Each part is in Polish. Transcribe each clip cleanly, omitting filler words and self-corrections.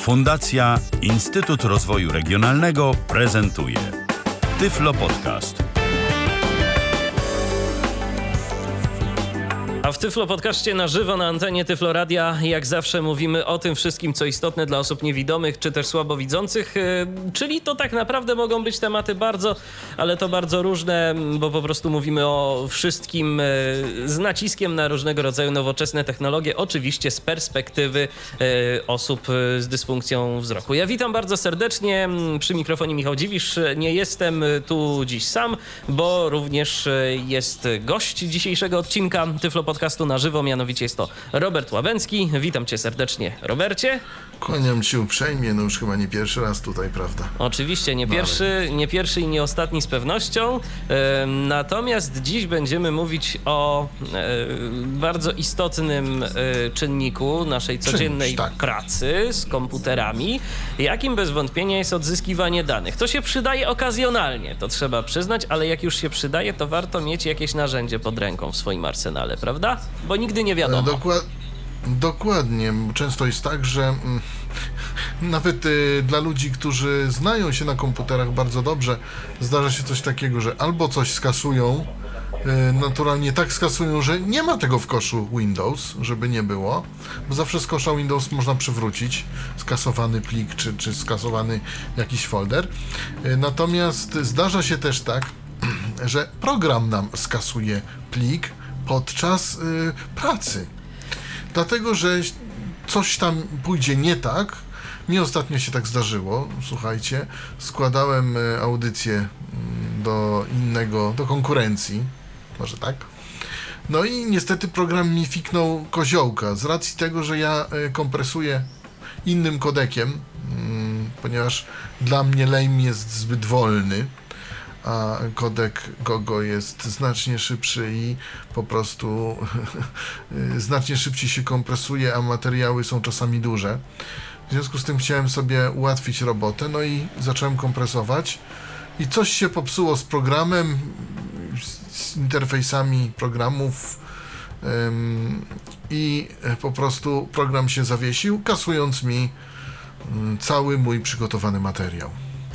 Fundacja Instytut Rozwoju Regionalnego prezentuje Tyflo Podcast. A w Tyflo Podcaście na żywo na antenie Tyflo Radia jak zawsze mówimy o tym wszystkim, co istotne dla osób niewidomych czy też słabowidzących, czyli to tak naprawdę mogą być tematy bardzo, ale to bardzo różne, bo po prostu mówimy o wszystkim z naciskiem na różnego rodzaju nowoczesne technologie, oczywiście z perspektywy osób z dysfunkcją wzroku. Ja witam bardzo serdecznie, przy mikrofonie Michał Dziwisz, nie jestem tu dziś sam, bo również jest gość dzisiejszego odcinka Tyflo Podcastu na żywo, mianowicie jest to Robert Łabęcki. Witam cię serdecznie, Robercie. Kłaniam ci uprzejmie, no już chyba nie pierwszy raz tutaj, prawda? Oczywiście, nie pierwszy i nie ostatni z pewnością. Natomiast dziś będziemy mówić o bardzo istotnym czynniku naszej codziennej pracy z komputerami, jakim bez wątpienia jest odzyskiwanie danych. To się przydaje okazjonalnie, to trzeba przyznać, ale jak już się przydaje, to warto mieć jakieś narzędzie pod ręką w swoim arsenale, prawda? Bo nigdy nie wiadomo. Dokładnie. Często jest tak, że nawet dla ludzi, którzy znają się na komputerach bardzo dobrze, zdarza się coś takiego, że albo coś skasują, naturalnie tak skasują, że nie ma tego w koszu Windows, żeby nie było, bo zawsze z kosza Windows można przywrócić skasowany plik czy skasowany jakiś folder. Natomiast zdarza się też tak, że program nam skasuje plik podczas pracy. Dlatego, że coś tam pójdzie nie tak. Mnie ostatnio się tak zdarzyło. Słuchajcie, składałem audycję do konkurencji. Może tak? No i niestety program mi fiknął koziołka. Z racji tego, że ja kompresuję innym kodekiem, ponieważ dla mnie LAME jest zbyt wolny, a kodek GOGO jest znacznie szybszy i po prostu znacznie szybciej się kompresuje, a materiały są czasami duże. W związku z tym chciałem sobie ułatwić robotę, no i zacząłem kompresować i coś się popsuło z programem, z interfejsami programów i po prostu program się zawiesił, kasując mi cały mój przygotowany materiał.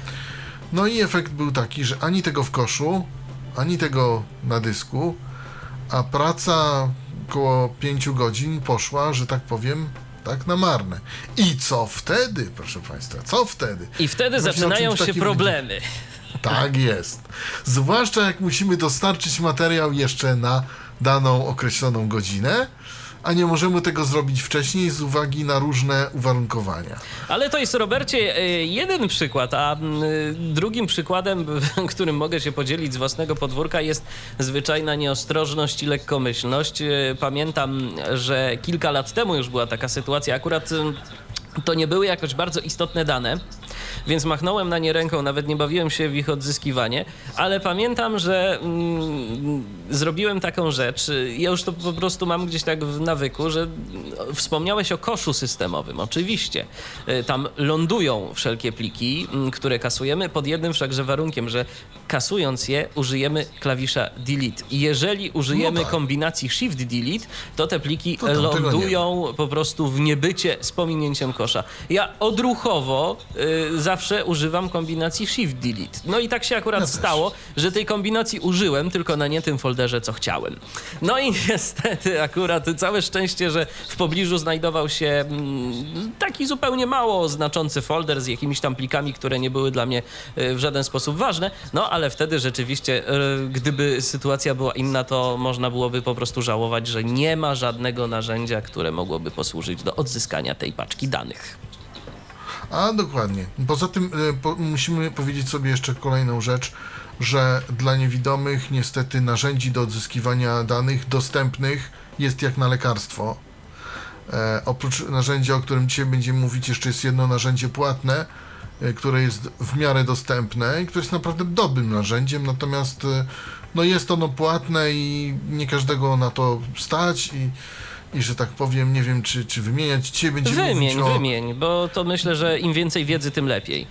No i efekt był taki, że ani tego w koszu, ani tego na dysku, a praca około 5 godzin poszła, że tak powiem, tak na marne. I co wtedy, proszę Państwa, co wtedy? I wtedy zaczynają się problemy. Tak jest. Zwłaszcza jak musimy dostarczyć materiał jeszcze na daną określoną godzinę, a nie możemy tego zrobić wcześniej z uwagi na różne uwarunkowania. Ale to jest, Robercie, jeden przykład, a drugim przykładem, którym mogę się podzielić z własnego podwórka, jest zwyczajna nieostrożność i lekkomyślność. Pamiętam, że kilka lat temu już była taka sytuacja, akurat to nie były jakoś bardzo istotne dane, więc machnąłem na nie ręką, nawet nie bawiłem się w ich odzyskiwanie, ale pamiętam, że zrobiłem taką rzecz, ja już to po prostu mam gdzieś tak w nawyku, że wspomniałeś o koszu systemowym, oczywiście. Tam lądują wszelkie pliki, które kasujemy, pod jednym wszakże warunkiem, że kasując je użyjemy klawisza delete. I jeżeli użyjemy kombinacji shift delete, to te pliki lądują po prostu w niebycie z pominięciem kosza. Ja odruchowo zawsze używam kombinacji shift delete. No i tak się akurat stało, że tej kombinacji użyłem, tylko na nie tym folderze, co chciałem. No i niestety akurat całe szczęście, że w pobliżu znajdował się taki zupełnie mało znaczący folder z jakimiś tam plikami, które nie były dla mnie w żaden sposób ważne. No ale wtedy rzeczywiście, gdyby sytuacja była inna, to można byłoby po prostu żałować, że nie ma żadnego narzędzia, które mogłoby posłużyć do odzyskania tej paczki danych. A dokładnie. Poza tym musimy powiedzieć sobie jeszcze kolejną rzecz, że dla niewidomych niestety narzędzi do odzyskiwania danych dostępnych jest jak na lekarstwo. Oprócz narzędzia, o którym dzisiaj będziemy mówić, jeszcze jest jedno narzędzie płatne, które jest w miarę dostępne i które jest naprawdę dobrym narzędziem, natomiast no jest ono płatne i nie każdego na to stać i że tak powiem, nie wiem czy wymieniać. Dzisiaj będziemy Wymień, bo to myślę, że im więcej wiedzy, tym lepiej.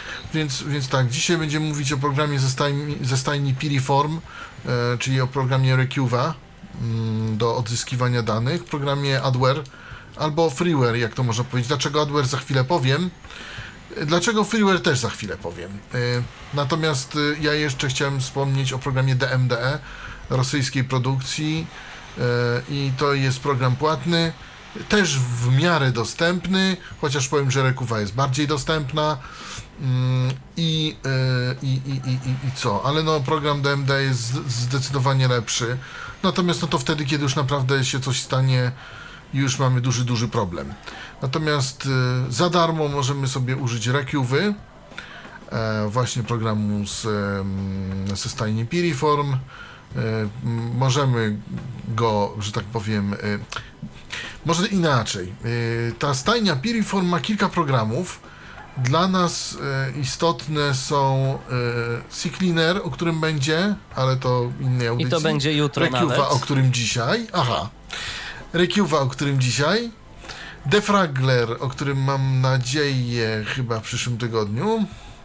Więc tak, dzisiaj będziemy mówić o programie ze stajni Piriform, czyli o programie Recuva do odzyskiwania danych, programie albo freeware, jak to można powiedzieć. Dlaczego adware za chwilę powiem. Dlaczego freeware też za chwilę powiem. Natomiast ja jeszcze chciałem wspomnieć o programie DMDE rosyjskiej produkcji i to jest program płatny, też w miarę dostępny, chociaż powiem, że Rekuwa jest bardziej dostępna i co, ale no program DMD jest zdecydowanie lepszy, natomiast no to wtedy, kiedy już naprawdę się coś stanie, już mamy duży problem. Natomiast za darmo możemy sobie użyć Recuwy, właśnie programu ze stajni Piriform. Możemy go, że tak powiem, może inaczej. Ta stajnia Piriform ma kilka programów. Dla nas istotne są CCleaner, o którym będzie, ale to innej audycji. I to będzie jutro Recuva, nawet. o którym dzisiaj. Recuva, o którym dzisiaj. Defraggler, o którym mam nadzieję chyba w przyszłym tygodniu.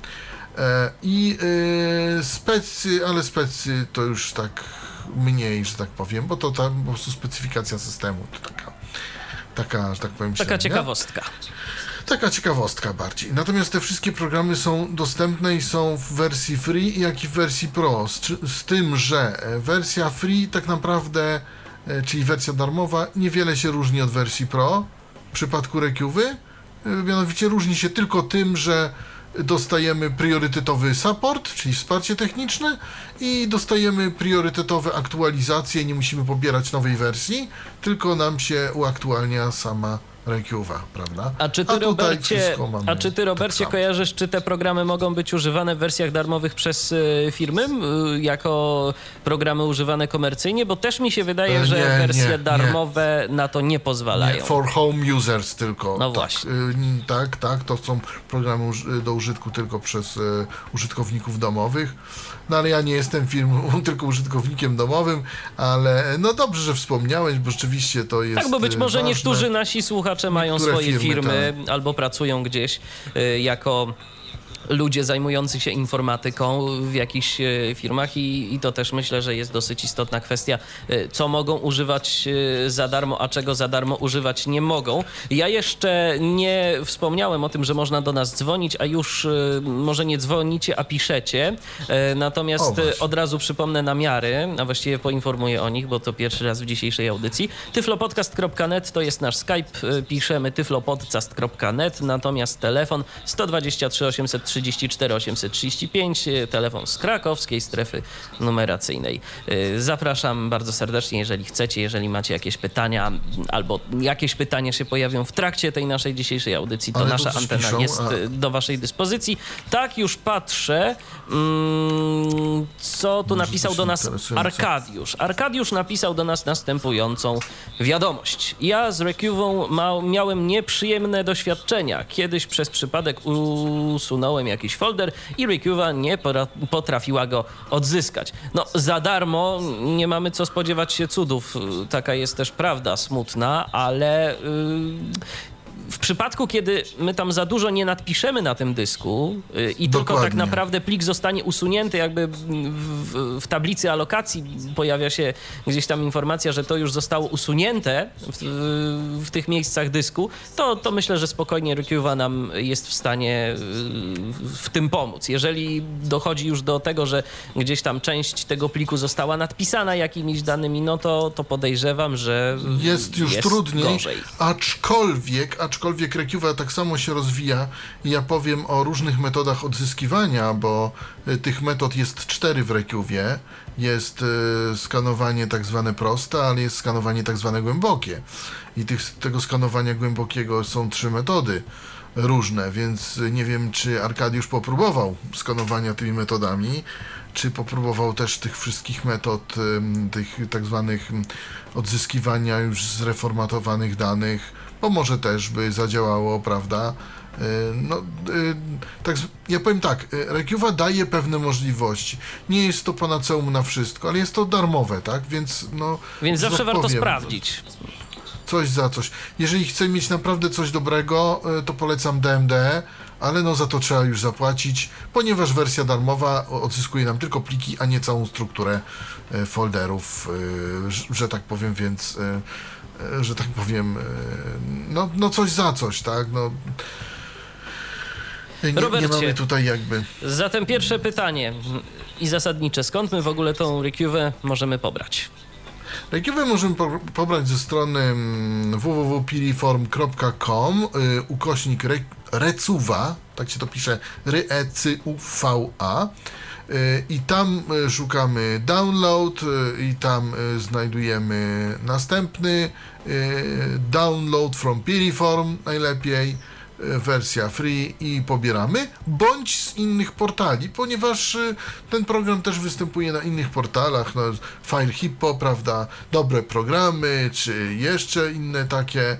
I specy, ale specy to już tak mniej, że tak powiem, bo to tam po prostu specyfikacja systemu, to taka, że tak powiem, Taka ciekawostka. Taka ciekawostka bardziej. Natomiast te wszystkie programy są dostępne i są w wersji free, jak i w wersji pro. Z tym, że wersja free tak naprawdę, czyli wersja darmowa, niewiele się różni od wersji pro w przypadku Recuvy. Mianowicie różni się tylko tym, że dostajemy priorytetowy support, czyli wsparcie techniczne i dostajemy priorytetowe aktualizacje, nie musimy pobierać nowej wersji, tylko nam się uaktualnia sama Recuva, prawda? A czy ty, Robercie, kojarzysz, czy te programy mogą być używane w wersjach darmowych przez firmy jako programy używane komercyjnie? Bo też mi się wydaje, że wersje darmowe na to nie pozwalają. Nie, for home users tylko. No właśnie. Tak, to są programy do użytku tylko przez użytkowników domowych. No ale ja nie jestem tylko użytkownikiem domowym, ale no dobrze, że wspomniałeś, bo rzeczywiście to jest tak, bo być może ważne. niektórzy nasi słuchacze mają swoje firmy tak. Albo pracują gdzieś jako ludzie zajmujący się informatyką w jakichś firmach i to też myślę, że jest dosyć istotna kwestia, co mogą używać za darmo, a czego za darmo używać nie mogą. Ja jeszcze nie wspomniałem o tym, że można do nas dzwonić, a już może nie dzwonicie, a piszecie. Natomiast od razu przypomnę namiary, a właściwie poinformuję o nich, bo to pierwszy raz w dzisiejszej audycji. tyflopodcast.net to jest nasz Skype, piszemy tyflopodcast.net, natomiast telefon 123 834 835, telefon z krakowskiej strefy numeracyjnej. Zapraszam bardzo serdecznie, jeżeli chcecie, jeżeli macie jakieś pytania, albo jakieś pytania się pojawią w trakcie tej naszej dzisiejszej audycji, to nasza antena jest do waszej dyspozycji. Tak, już patrzę, co tu napisał do nas Arkadiusz. Arkadiusz napisał do nas następującą wiadomość. Ja z Recuvą miałem nieprzyjemne doświadczenia. Kiedyś przez przypadek usunąłem jakiś folder i Recuva nie potrafiła go odzyskać. No, za darmo nie mamy co spodziewać się cudów. Taka jest też prawda smutna, ale w przypadku, kiedy my tam za dużo nie nadpiszemy na tym dysku i tylko tak naprawdę plik zostanie usunięty, jakby w tablicy alokacji pojawia się gdzieś tam informacja, że to już zostało usunięte w tych miejscach dysku, to myślę, że spokojnie Recuva nam jest w stanie w tym pomóc. Jeżeli dochodzi już do tego, że gdzieś tam część tego pliku została nadpisana jakimiś danymi, no to podejrzewam, że jest już trudniej, gorzej. Aczkolwiek Recuva tak samo się rozwija i ja powiem o różnych metodach odzyskiwania, bo tych metod jest 4 w Recuvie. Jest skanowanie tak zwane proste, ale jest skanowanie tak zwane głębokie. I tego skanowania głębokiego są 3 metody różne, więc nie wiem, czy Arkadiusz popróbował skanowania tymi metodami, czy popróbował też tych wszystkich metod, tych tak zwanych odzyskiwania już zreformatowanych danych, bo może też by zadziałało, prawda? Tak, ja powiem tak, Recuva daje pewne możliwości. Nie jest to panaceum na wszystko, ale jest to darmowe, tak? Więc zawsze warto sprawdzić. coś za coś. Jeżeli chcę mieć naprawdę coś dobrego, to polecam DMD, ale no za to trzeba już zapłacić, ponieważ wersja darmowa odzyskuje nam tylko pliki, a nie całą strukturę folderów, że tak powiem, więc że tak powiem, no coś za coś, tak, no. Nie mamy tutaj jakby... Zatem pierwsze pytanie i zasadnicze. Skąd my w ogóle tą Recuve możemy pobrać? Recuve możemy pobrać ze strony www.piriform.com /recuva, tak się to pisze, RECUVA. I tam szukamy download i tam znajdujemy następny download from Piriform, najlepiej wersja free i pobieramy, bądź z innych portali, ponieważ ten program też występuje na innych portalach, no, File Hippo, prawda, dobre programy, czy jeszcze inne takie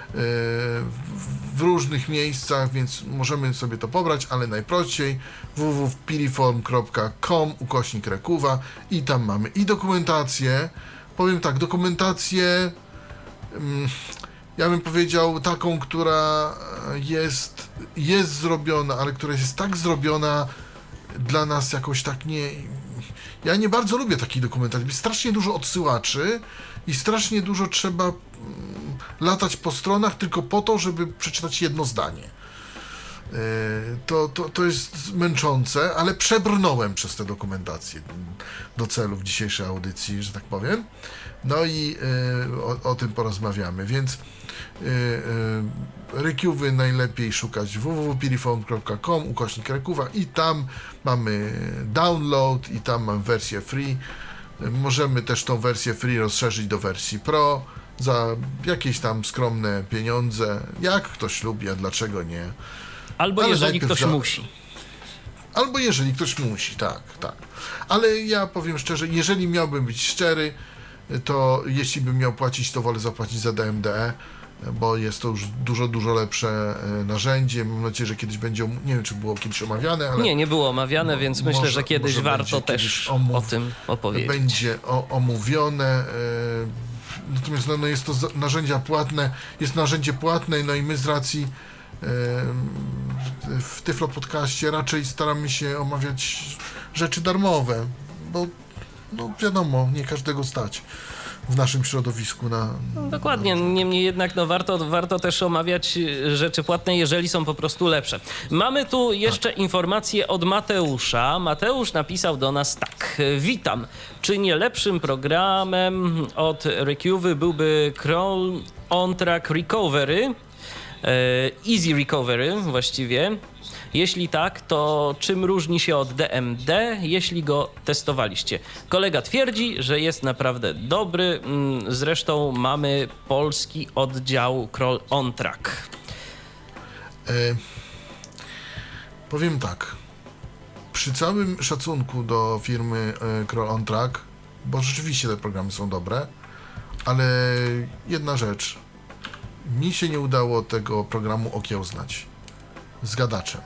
w różnych miejscach, więc możemy sobie to pobrać, ale najprościej www.piriform.com /Recuva i tam mamy i dokumentację, powiem tak, dokumentację ja bym powiedział taką, która jest zrobiona, ale która jest tak zrobiona dla nas jakoś tak nie... Ja nie bardzo lubię takiej dokumentacji, jest strasznie dużo odsyłaczy i strasznie dużo trzeba latać po stronach tylko po to, żeby przeczytać jedno zdanie. To jest męczące, ale przebrnąłem przez tę dokumentację do celów dzisiejszej audycji, że tak powiem. No i o tym porozmawiamy, więc Recuve najlepiej szukać www.piriform.com /Recuva i tam mamy download i tam mam wersję free. Możemy też tą wersję free rozszerzyć do wersji pro za jakieś tam skromne pieniądze, jak ktoś lubi, a dlaczego nie. Albo jeżeli ktoś musi. Albo jeżeli ktoś musi, tak. Ale ja powiem szczerze, jeżeli miałbym być szczery, to jeśli bym miał płacić, to wolę zapłacić za DMD, bo jest to już dużo lepsze narzędzie. Mam nadzieję, że kiedyś będzie, nie wiem, czy było kiedyś omawiane, ale... Nie było omawiane, więc myślę, że kiedyś warto też o tym opowiedzieć. Będzie omówione. Natomiast no jest to narzędzie płatne, no i my z racji w Tyflo Podcaście raczej staramy się omawiać rzeczy darmowe, bo no wiadomo, nie każdego stać w naszym środowisku na... Dokładnie, niemniej jednak warto też omawiać rzeczy płatne, jeżeli są po prostu lepsze. Mamy tu jeszcze informację od Mateusza. Mateusz napisał do nas tak. Witam. Czy nie lepszym programem od Recuve byłby Crawl On Track Recovery? Easy Recovery właściwie. Jeśli tak, to czym różni się od DMD, jeśli go testowaliście? Kolega twierdzi, że jest naprawdę dobry. Zresztą mamy polski oddział Crawl On Track. Powiem tak. Przy całym szacunku do firmy Crawl On Track, bo rzeczywiście te programy są dobre, ale jedna rzecz. Mi się nie udało tego programu okiełznać z gadaczem.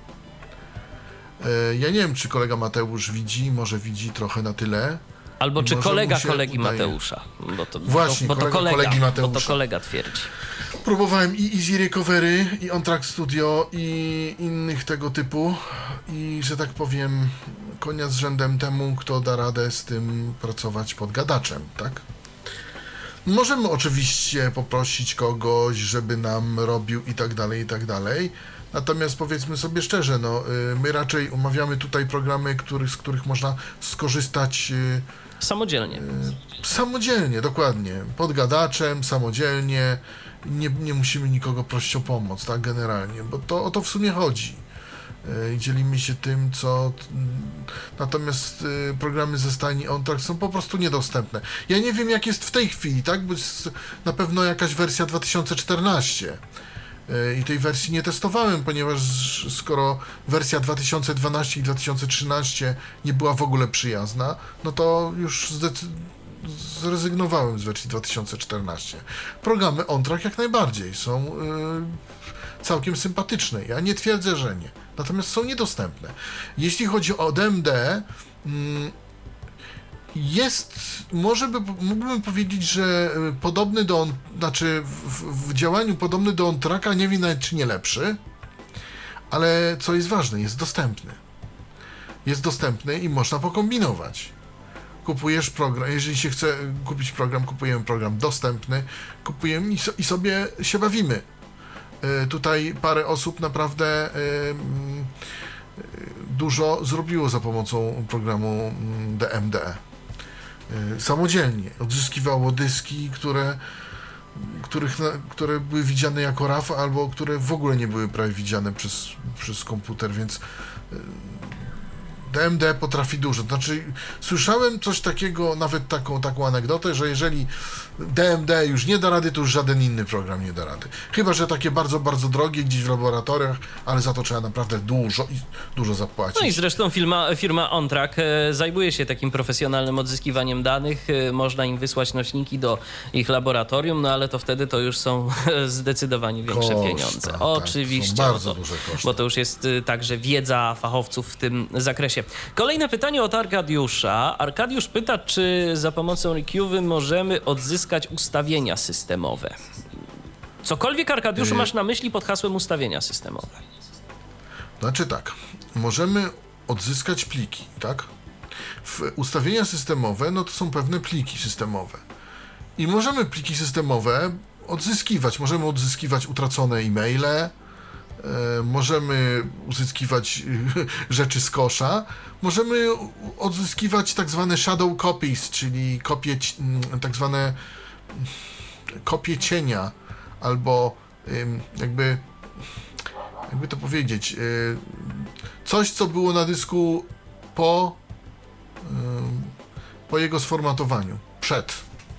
Ja nie wiem, czy kolega Mateusz może widzi trochę na tyle. Albo czy kolega kolegi Mateusza. Właśnie, kolegi Mateusza. Bo to kolega twierdzi. Próbowałem i Easy Recovery, i On Track Studio, i innych tego typu. I, że tak powiem, konia z rzędem temu, kto da radę z tym pracować pod gadaczem, tak? Możemy oczywiście poprosić kogoś, żeby nam robił i tak dalej. Natomiast powiedzmy sobie szczerze, my raczej omawiamy tutaj programy, z których można skorzystać samodzielnie. Samodzielnie, dokładnie. Pod gadaczem, samodzielnie. Nie musimy nikogo prosić o pomoc, tak, generalnie, bo o to w sumie chodzi. Dzielimy się tym, co... Natomiast programy ze stajni On Track są po prostu niedostępne. Ja nie wiem, jak jest w tej chwili, tak? Bo jest na pewno jakaś wersja 2014. I tej wersji nie testowałem, ponieważ skoro wersja 2012 i 2013 nie była w ogóle przyjazna, no to już zrezygnowałem z wersji 2014. Programy On Track jak najbardziej są całkiem sympatyczne. Ja nie twierdzę, że nie. Natomiast są niedostępne. Jeśli chodzi o DMD, mógłbym powiedzieć, że podobny do w działaniu podobny do OnTracka, nie wiem nawet czy nie lepszy, ale co jest ważne, jest dostępny. Jest dostępny i można pokombinować. Kupujesz program, jeżeli się chce kupić program, kupujemy program dostępny, kupujemy i sobie się bawimy. Tutaj parę osób naprawdę dużo zrobiło za pomocą programu DMD. Samodzielnie odzyskiwało dyski, które były widziane jako RAW, albo które w ogóle nie były prawie widziane przez komputer, więc DMD potrafi dużo. Znaczy, słyszałem coś takiego, nawet taką anegdotę, że jeżeli DMD już nie da rady, to już żaden inny program nie da rady. Chyba że takie bardzo, bardzo drogie gdzieś w laboratoriach, ale za to trzeba naprawdę dużo zapłacić. No i zresztą firma OnTrack zajmuje się takim profesjonalnym odzyskiwaniem danych. Można im wysłać nośniki do ich laboratorium, no ale to wtedy to już są zdecydowanie większe pieniądze. Tak, oczywiście. To są bardzo duże koszty. Bo to już jest także wiedza fachowców w tym zakresie. Kolejne pytanie od Arkadiusza. Arkadiusz pyta, czy za pomocą Recue'y możemy odzyskać ustawienia systemowe. Cokolwiek, Arkadiuszu, masz na myśli pod hasłem ustawienia systemowe? Znaczy tak, możemy odzyskać pliki, tak? Ustawienia systemowe, no to są pewne pliki systemowe. I możemy pliki systemowe odzyskiwać. Możemy odzyskiwać utracone e-maile, możemy uzyskiwać rzeczy z kosza, możemy odzyskiwać tak zwane shadow copies, czyli tak zwane kopie cienia, albo jakby to powiedzieć, coś, co było na dysku po jego sformatowaniu, przed.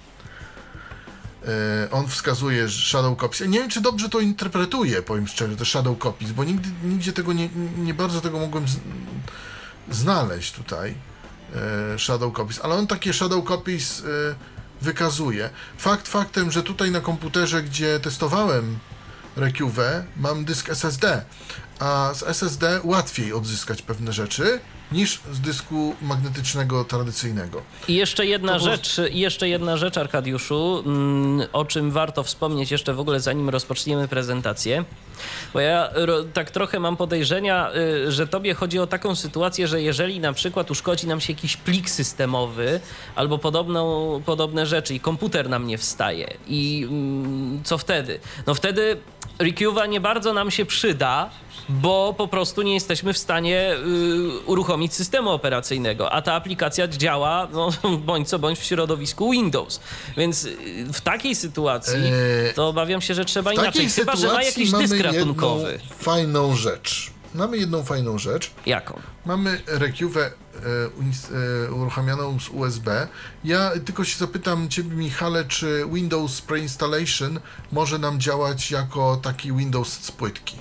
On wskazuje shadow copies. Ja nie wiem, czy dobrze to interpretuję, powiem szczerze, te shadow copies, bo nigdzie tego nie bardzo tego mogłem znaleźć tutaj, shadow copies, ale on takie shadow copies wykazuje. Faktem, że tutaj na komputerze, gdzie testowałem Recue'ę, mam dysk SSD, a z SSD łatwiej odzyskać pewne rzeczy niż z dysku magnetycznego tradycyjnego. I jeszcze jedna rzecz, Arkadiuszu, o czym warto wspomnieć jeszcze w ogóle, zanim rozpoczniemy prezentację, bo ja tak trochę mam podejrzenia, że tobie chodzi o taką sytuację, że jeżeli na przykład uszkodzi nam się jakiś plik systemowy albo podobne rzeczy i komputer nam nie wstaje i co wtedy? No wtedy Recue'a nie bardzo nam się przyda, bo po prostu nie jesteśmy w stanie uruchomić systemu operacyjnego, a ta aplikacja działa, no, bądź co bądź w środowisku Windows. Więc w takiej sytuacji to obawiam się, że trzeba inaczej, chyba że ma jakiś dysk ratunkowy. Mamy jedną fajną rzecz. Jaką? Mamy Recue'ę uruchamianą z USB. Ja tylko się zapytam Ciebie, Michale, czy Windows Pre-Installation może nam działać jako taki Windows z płytki?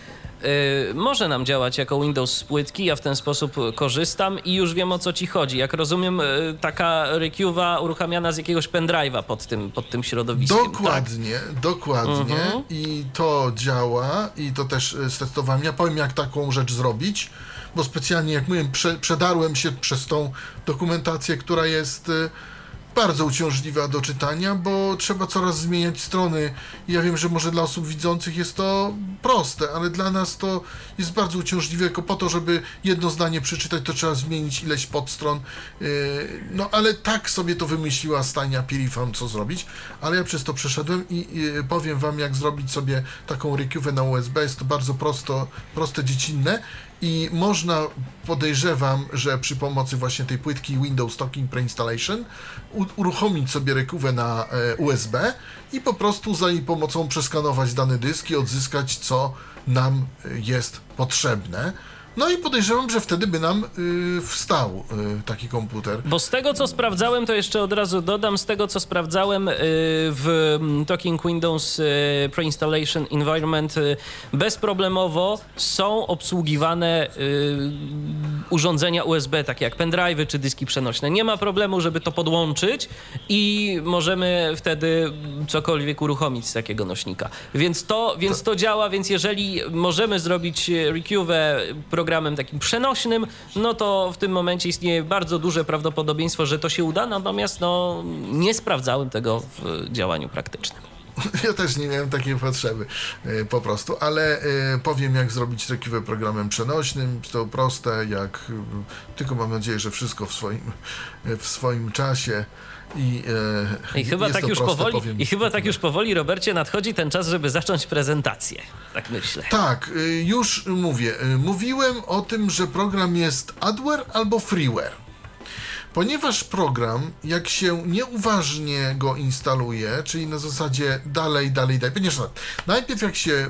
Może nam działać jako Windows z płytki, ja w ten sposób korzystam i już wiem, o co ci chodzi. Jak rozumiem, taka Recue'a uruchamiana z jakiegoś pendrive'a pod tym środowiskiem. Dokładnie. I to działa i to też testowałem. Ja powiem, jak taką rzecz zrobić, bo specjalnie, jak mówiłem, przedarłem się przez tą dokumentację, która jest bardzo uciążliwa do czytania, bo trzeba coraz zmieniać strony. Ja wiem, że może dla osób widzących jest to proste, ale dla nas to jest bardzo uciążliwe, tylko po to, żeby jedno zdanie przeczytać, to trzeba zmienić ileś podstron. No ale tak sobie to wymyśliła stajnia Piriform, co zrobić, ale ja przez to przeszedłem i powiem wam, jak zrobić sobie taką Recue'ę na USB. Jest to bardzo proste, dziecinne. I można, podejrzewam, że przy pomocy właśnie tej płytki Windows Talking Pre-Installation uruchomić sobie Recue'ę na USB i po prostu za jej pomocą przeskanować dany dysk i odzyskać, co nam jest potrzebne. No i podejrzewam, że wtedy by nam wstał taki komputer. Bo z tego, co sprawdzałem, to jeszcze od razu dodam, z tego, co sprawdzałem w Talking Windows urządzenia USB, takie jak pendrive'y czy dyski przenośne. Nie ma problemu, żeby to podłączyć i możemy wtedy cokolwiek uruchomić z takiego nośnika. Więc to działa, więc jeżeli możemy zrobić Recuve programem takim przenośnym, no to w tym momencie istnieje bardzo duże prawdopodobieństwo, że to się uda, natomiast nie sprawdzałem tego w działaniu praktycznym. Ja też nie miałem takiej potrzeby po prostu, ale powiem, jak zrobić Recuve programem przenośnym. To proste, tylko mam nadzieję, że wszystko w swoim czasie. I chyba tak już powoli, Robercie, nadchodzi ten czas, żeby zacząć prezentację. Tak myślę. Tak, już mówię. Mówiłem o tym, że program jest adware albo freeware. Ponieważ program, jak się nieuważnie go instaluje, czyli na zasadzie dalej, ponieważ najpierw jak się...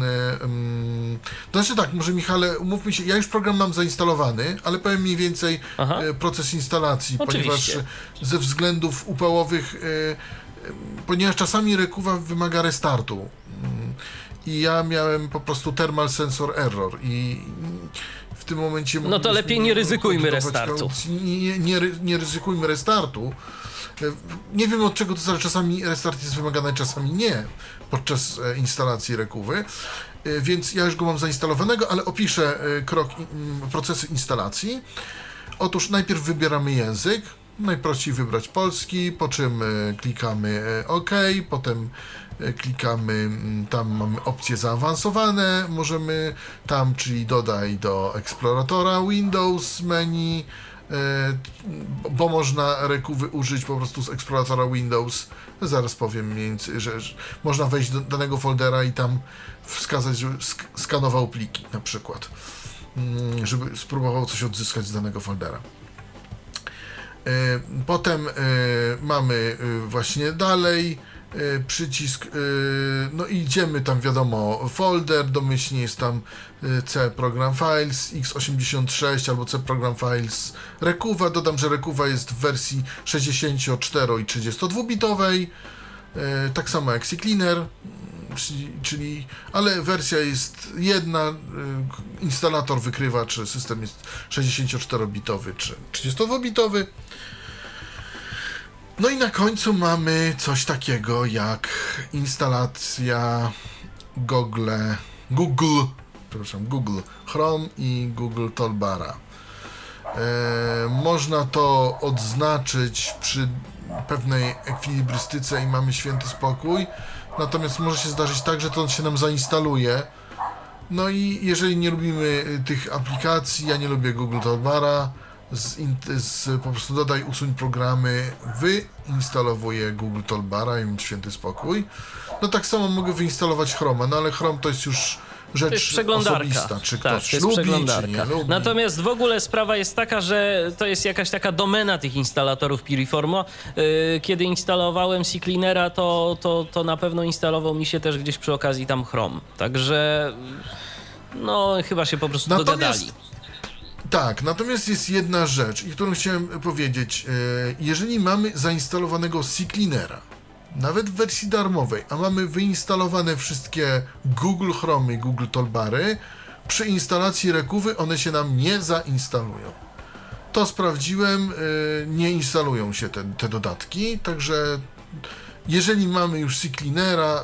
to znaczy tak, może Michale, umówmy się, ja już program mam zainstalowany, ale powiem mniej więcej proces instalacji, Oczywiście. ponieważ ze względów upławowych, ponieważ czasami Recuve wymaga restartu. I ja miałem po prostu thermal sensor error i w tym momencie... No to lepiej nie ryzykujmy restartu. Nie ryzykujmy restartu. Nie wiem, od czego to zależy. Czasami restart jest wymagany, czasami nie podczas instalacji Recuve. Więc ja już go mam zainstalowanego, ale opiszę procesy instalacji. Otóż najpierw wybieramy język. Najprościej wybrać polski, po czym klikamy OK, potem klikamy, tam mamy opcje zaawansowane, możemy tam, czyli dodaj do eksploratora Windows menu, bo można Recuve użyć po prostu z eksploratora Windows. Zaraz powiem mniej więcej, że można wejść do danego foldera i tam wskazać, żeby skanował pliki na przykład, żeby spróbował coś odzyskać z danego foldera. Potem mamy właśnie dalej przycisk, no i idziemy tam, wiadomo, folder, domyślnie jest tam C Program Files, x86 albo C Program Files Recuve. Dodam, że Recuve jest w wersji 64 i 32 bitowej, tak samo jak CCleaner, czyli, ale wersja jest jedna, instalator wykrywa, czy system jest 64-bitowy, czy 32-bitowy. No i na końcu mamy coś takiego jak instalacja Google Chrome i Google Toolbara. Można to odznaczyć przy pewnej ekwilibrystyce i mamy święty spokój. Natomiast może się zdarzyć tak, że to się nam zainstaluje. No i jeżeli nie lubimy tych aplikacji, ja nie lubię Google Toolbara, po prostu dodaj, usuń programy, wyinstalowuję Google Toolbara i mam święty spokój. No tak samo mogę wyinstalować Chroma, no ale Chrome to jest już rzecz osobista, czy ktoś lubi, czy nie lubi. Natomiast w ogóle sprawa jest taka, że to jest jakaś taka domena tych instalatorów Piriformo. Kiedy instalowałem CCleanera, to na pewno instalował mi się też gdzieś przy okazji tam Chrome. Także no chyba się po prostu dogadali. Tak, natomiast jest jedna rzecz, którą chciałem powiedzieć. Jeżeli mamy zainstalowanego CCleanera, nawet w wersji darmowej, a mamy wyinstalowane wszystkie Google Chrome i Google Toolbary, przy instalacji Recuve one się nam nie zainstalują. To sprawdziłem, nie instalują się te dodatki, także jeżeli mamy już CCleanera,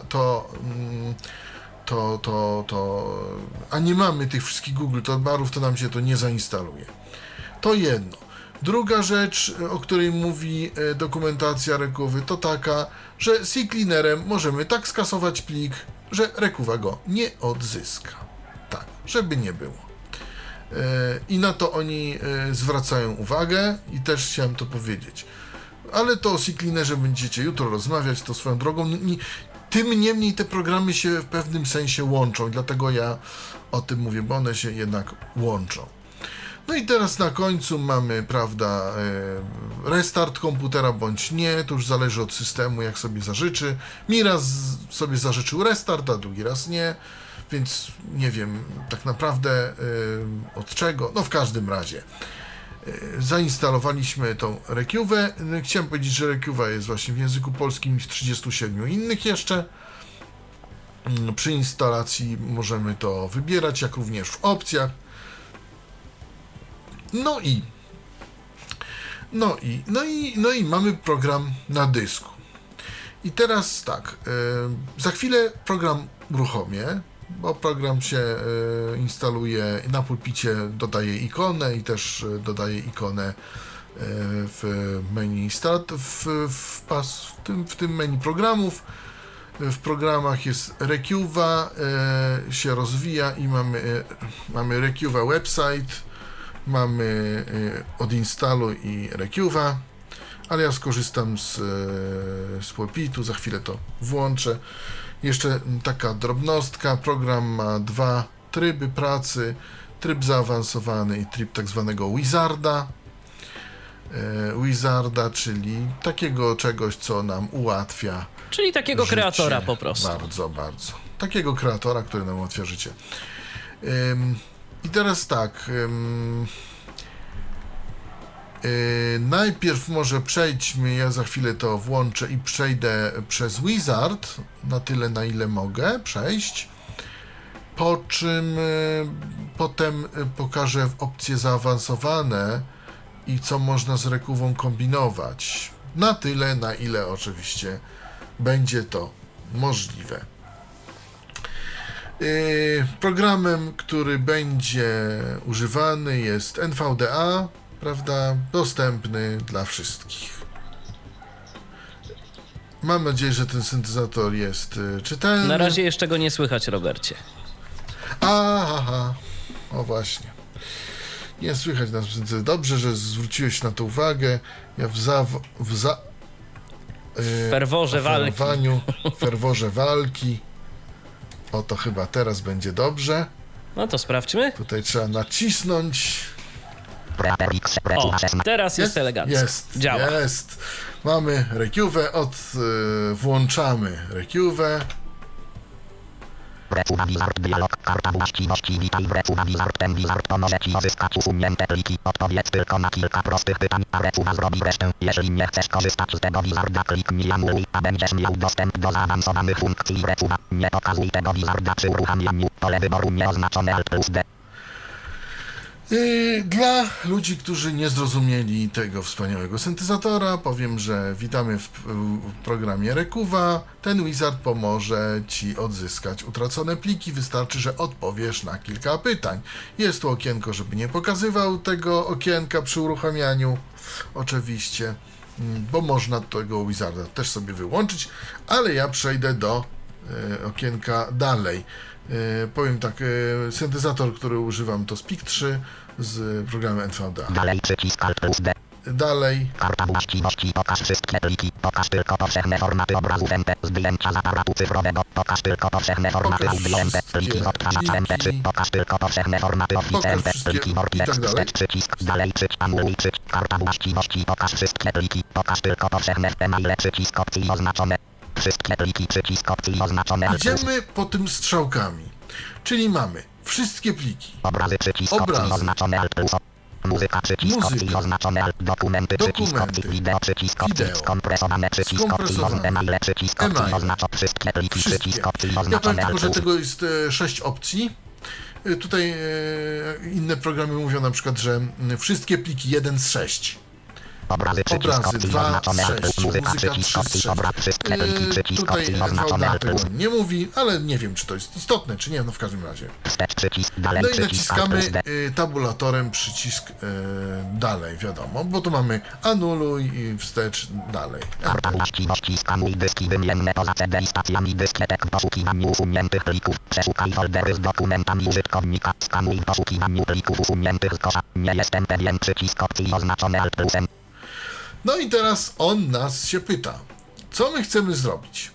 a nie mamy tych wszystkich Google Toolbarów, to nam się to nie zainstaluje. To jedno. Druga rzecz, o której mówi dokumentacja Recuve, to taka, że CCleanerem możemy tak skasować plik, że Recuve go nie odzyska. Tak, żeby nie było. I na to oni zwracają uwagę i też chciałem to powiedzieć. Ale to o CCleanerze będziecie jutro rozmawiać, to swoją drogą. Tym niemniej te programy się w pewnym sensie łączą, dlatego ja o tym mówię, bo one się jednak łączą. No i teraz na końcu mamy, prawda, restart komputera bądź nie, to już zależy od systemu, jak sobie zażyczy. Mi raz sobie zażyczył restart, a drugi raz nie, więc nie wiem tak naprawdę od czego, no w każdym razie. Zainstalowaliśmy tą Recuve. Chciałem powiedzieć, że Recuve jest właśnie w języku polskim i w 37 innych jeszcze. Przy instalacji możemy to wybierać, jak również w opcjach. No i mamy program na dysku. I teraz tak, za chwilę program uruchomię, bo program się instaluje na pulpicie, dodaje ikonę i też dodaje ikonę w menu start, w tym menu programów. W programach jest Recuva, się rozwija i mamy Recuva website, mamy odinstaluj i Recuva, ale ja skorzystam z pulpitu, za chwilę to włączę. Jeszcze taka drobnostka, program ma 2 tryby pracy, tryb zaawansowany i tryb tak zwanego wizarda, czyli takiego czegoś, co nam ułatwia Czyli takiego życie. kreatora po prostu. Bardzo. Takiego kreatora, który nam ułatwia życie. I teraz tak, najpierw może przejdźmy, ja za chwilę to włączę i przejdę przez Wizard, na tyle na ile mogę przejść, po czym potem pokażę opcje zaawansowane i co można z Recuvą kombinować, na tyle na ile oczywiście będzie to możliwe. Programem, który będzie używany, jest NVDA, prawda, dostępny dla wszystkich. Mam nadzieję, że ten syntezator jest czytelny. Na razie jeszcze go nie słychać, Robercie. Aha, o właśnie. Nie słychać nas. Dobrze, że zwróciłeś na to uwagę. Ja w ferworze walki. Oto chyba teraz będzie dobrze. No to sprawdźmy. Tutaj trzeba nacisnąć. O, teraz jest elegancko. Działa. Jest. Mamy Recuvę, włączamy Recuvę. Recuva Wizard dialog, karta właściwości, witaj w Recuva Wizard. Ten Wizard pomoże Ci uzyskać usunięte pliki. Odpowiedz tylko na kilka prostych pytań, a Recuva zrobi resztę. Jeśli nie chcesz korzystać z tego Wizarda, kliknij anuluj, a będziesz miał dostęp do zaawansowanych funkcji Recuva. Nie pokazuj tego Wizarda przy uruchamianiu. Pole wyboru nieoznaczone Alt+D. Dla ludzi, którzy nie zrozumieli tego wspaniałego syntezatora, powiem, że witamy w programie Recuva. Ten wizard pomoże Ci odzyskać utracone pliki. Wystarczy, że odpowiesz na kilka pytań. Jest tu okienko, żeby nie pokazywał tego okienka przy uruchamianiu, oczywiście, bo można tego wizarda też sobie wyłączyć, ale ja przejdę do okienka dalej. Powiem tak, syntezator, który używam, to SPIC3 z programem NVDA. Dalej przycisk Alt+D. Dalej. Karta właściwości, pokaż wszystkie pliki, pokaż tylko powszechne formaty obrazów MP, zdjęcia z aparatu cyfrowego, pokaż tylko powszechne formaty audio MP, pliki w odtwarzacza MP3, pokaż tylko powszechne formaty Office MP, pliki WordText, wstecz przycisk, dalej przycisk, anuluj przycisk, karta właściwości, pokaż wszystkie pliki, pokaż tylko powszechne e-maile, przycisk opcji oznaczone. Wszystkie pliki, przycisk opcji oznaczone Alt+. Idziemy po tym strzałkami, czyli mamy wszystkie pliki. Obrazy, przycisk opcji oznaczone Alt+. Muzyka, przycisk opcji oznaczone Alt. Dokumenty, przycisk opcji wideo, przycisk opcji skompresowane, przycisk opcji e-maile, przycisk opcji oznaczone. Wszystkie pliki, przycisk opcji Ja powiem oznaczone tylko, że Alt+. tego jest 6 opcji. Tutaj inne programy mówią na przykład, że wszystkie pliki 1 z 6. Obrazy, przycisk opcji 2 oznaczone z Alt+. 6, Muzyka, muzyka przycisk 3 z opcji 6. obraz, wszystkie pliki, przycisk Tutaj opcji oznaczone NVDA Alt+. tego nie mówi, ale nie wiem, czy to jest istotne, czy nie, no w każdym razie. Wstecz, przycisk, dalej, No i przycisk naciskamy Alt+D. tabulatorem przycisk dalej, wiadomo, bo tu mamy anuluj i wstecz dalej. Karta właściwości, skanuj dyski wymienne poza CD i stacjami dyskietek w poszukiwaniu usuniętych plików. Przeszukaj foldery z dokumentami użytkownika. Skanuj w poszukiwaniu plików usuniętych z kosza. Nie jestem pewien, przycisk opcji oznaczone Alt+. No i teraz on nas się pyta, co my chcemy zrobić.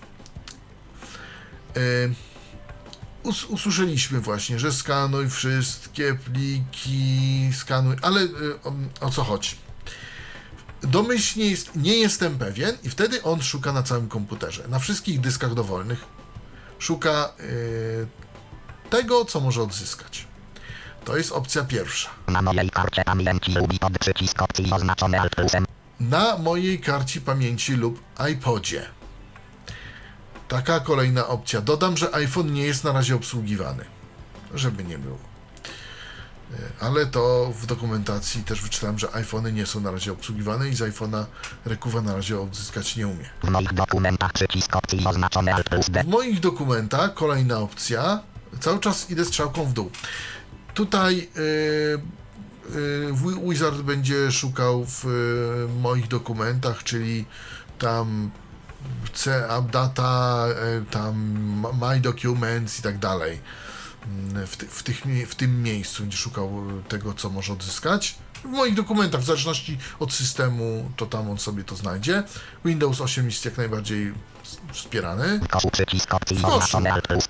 Usłyszeliśmy właśnie, że skanuj wszystkie pliki, skanuj, ale o co chodzi? Domyślnie nie jestem pewien i wtedy on szuka na całym komputerze, na wszystkich dyskach dowolnych, szuka tego, co może odzyskać. To jest opcja pierwsza. Na mojej karcie pamięci lubi pod przycisk opcji oznaczone Alt+. Na mojej karcie pamięci lub iPodzie. Taka kolejna opcja. Dodam, że iPhone nie jest na razie obsługiwany, żeby nie było. Ale to w dokumentacji też wyczytałem, że iPhony nie są na razie obsługiwane i z iPhone'a Rekuwa na razie odzyskać nie umie. W moich dokumentach przycisk opcji oznaczony Alt+D. W moich dokumentach kolejna opcja, cały czas idę strzałką w dół. Tutaj Wizard będzie szukał w moich dokumentach, czyli tam AppData, tam My Documents i tak dalej. W tym miejscu będzie szukał tego, co może odzyskać. W moich dokumentach, w zależności od systemu, to tam on sobie to znajdzie. Windows 8 jest jak najbardziej wspierany. Przycisk opcji W koszu. oznaczony Alt+K.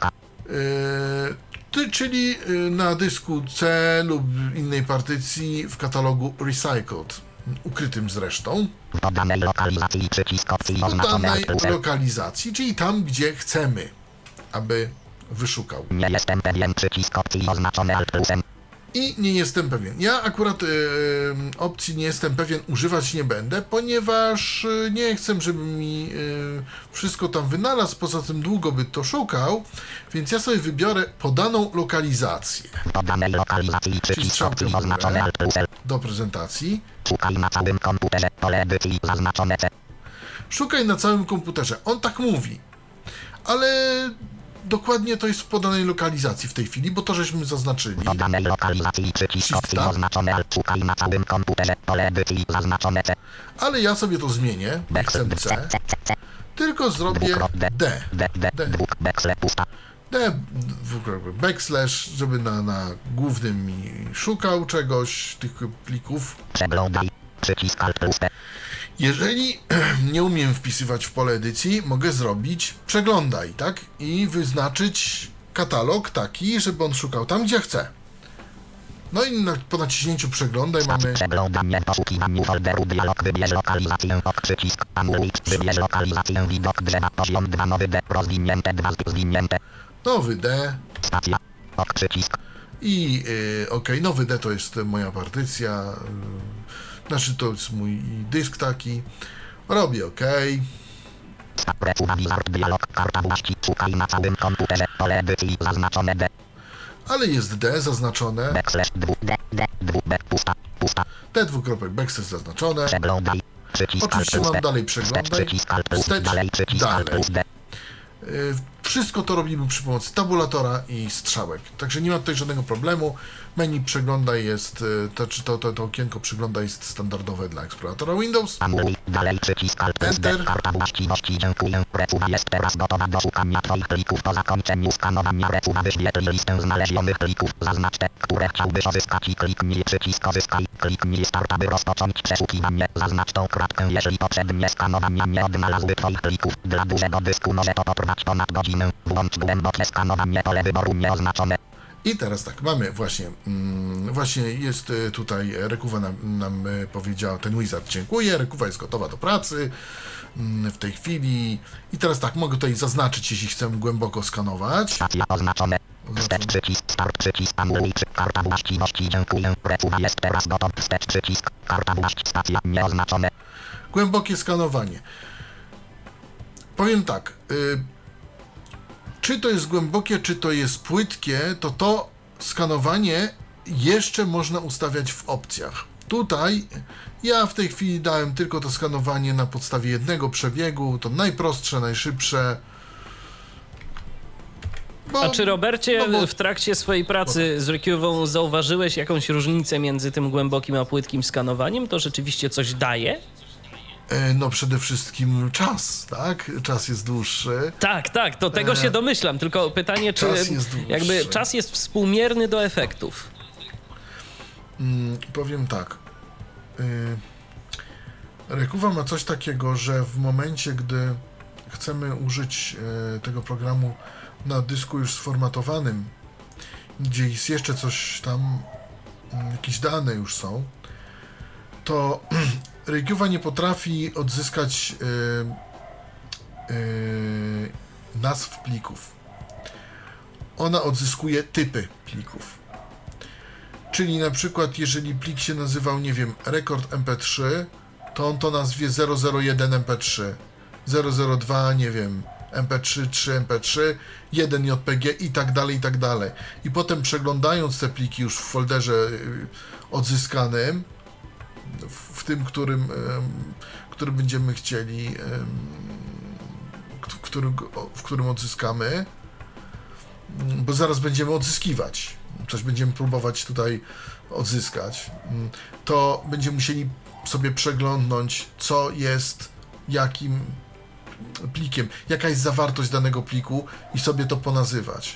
Czyli na dysku C lub innej partycji w katalogu Recycled, ukrytym zresztą. Do danej lokalizacji przycisk opcji Do oznaczony danej Alt+L. lokalizacji, czyli tam, gdzie chcemy, aby wyszukał. Nie jestem pewien przycisk opcji oznaczony Alt+M. I nie jestem pewien. Ja akurat opcji nie jestem pewien używać nie będę, ponieważ nie chcę, żeby mi wszystko tam wynalazł, poza tym długo by to szukał, więc ja sobie wybiorę podaną lokalizację. Do danej lokalizacji przycisk strzałkę opcji w górę. oznaczony Alt+L. Do prezentacji. Szukaj na całym komputerze pole edycji zaznaczone C. Szukaj na całym komputerze. On tak mówi, ale dokładnie to jest w podanej lokalizacji w tej chwili, bo to żeśmy zaznaczyli. Do danej lokalizacji przycisk opcji Shifta. oznaczone Alt. Szukaj na całym komputerze pole edycji zaznaczone C. Ale ja sobie to zmienię, nie chcę C, tylko zrobię D. Backslash pusta. D, backslash, żeby na głównym mi szukał czegoś, tych plików. Przeglądaj. Przycisk Alt+P. Jeżeli nie umiem wpisywać w pole edycji, mogę zrobić przeglądaj, tak? I wyznaczyć katalog taki, żeby on szukał tam, gdzie chce. No i po naciśnięciu przeglądaj mamy... Przeglądanie w poszukiwaniu folderu dialog. Wybierz lokalizację ok przycisk. Anuluj. Wybierz lokalizację widok drzewa. Poziom 2 nowy D. Rozwinięte 2 zwinięte. Nowy D. Stacja. Ok przycisk. I okej, nowy D to jest moja partycja. Znaczy to jest mój dysk taki. Robię OK. Resuwa wizard dialog. Karta właści. Szukaj na całym komputerze pole edycji zaznaczone D. Ale jest D zaznaczone. Backslash 2 D back pusta. D dwukropek backslash zaznaczone. Przeglądaj. Przycisk Oczywiście Alt+D. mam dalej przeglądaj. Przycisk Alt+, Wstecz, dalej przycisk dalej. Alt+D. Wszystko to robimy przy pomocy tabulatora i strzałek. Także nie ma tutaj żadnego problemu. Menu przeglądaj jest, to okienko przeglądaj jest standardowe dla eksploratora Windows. Anuluj. Dalej przycisk Alt+D. Enter. Karta właściwości. Dziękuję. Resuwa jest teraz gotowa do szukania Twoich plików. Po zakończeniu skanowania resuwa wyświetli listę znalezionych plików. Zaznacz te, które chciałbyś odzyskać i kliknij przycisk Odzyskaj. Kliknij Start, aby rozpocząć przeszukiwanie. Zaznacz tą kratkę, jeżeli poprzednie skanowania nie odnalazły Twoich plików. Dla dużego dysku może to potrwać ponad godzinę. Włącz głębokie skanowanie, pole wyboru nieoznaczone. I teraz tak, mamy właśnie jest tutaj, Rekuwa nam powiedziała, ten Wizard dziękuję, Rekuwa jest gotowa do pracy w tej chwili. I teraz tak, mogę tutaj zaznaczyć, jeśli chcę głęboko skanować. Stacja oznaczone. Wstecz przycisk, Start przycisk, anuluj, karta właściwości, dziękuję. Resuwa jest teraz gotowa. Wstecz przycisk, karta właściwości, stacja nieoznaczone. Głębokie skanowanie. Powiem tak, czy to jest głębokie, czy to jest płytkie, to skanowanie jeszcze można ustawiać w opcjach. Tutaj ja w tej chwili dałem tylko to skanowanie na podstawie jednego przebiegu, to najprostsze, najszybsze. A czy, Robercie, w trakcie swojej pracy z Rekuwą zauważyłeś jakąś różnicę między tym głębokim a płytkim skanowaniem? To rzeczywiście coś daje? No przede wszystkim czas, tak? Czas jest dłuższy. Tak, to tego się domyślam, tylko pytanie, czy Czas jest dłuższy. jakby czas jest współmierny do efektów? Powiem tak. Rekuwa ma coś takiego, że w momencie, gdy chcemy użyć tego programu na dysku już sformatowanym, gdzie jest jeszcze coś tam, jakieś dane już są, to Rekuwa nie potrafi odzyskać nazw plików. Ona odzyskuje typy plików. Czyli na przykład, jeżeli plik się nazywał, nie wiem, rekord mp3, to on to nazwie 001 mp3, 002, nie wiem, MP3, 3 MP3, 1 JPG i tak dalej, i tak dalej. I potem przeglądając te pliki już w folderze odzyskanym, w tym, który będziemy chcieli, w którym odzyskamy, bo zaraz będziemy odzyskiwać, coś będziemy próbować tutaj odzyskać, to będziemy musieli sobie przeglądnąć, co jest jakim plikiem, jaka jest zawartość danego pliku i sobie to ponazywać.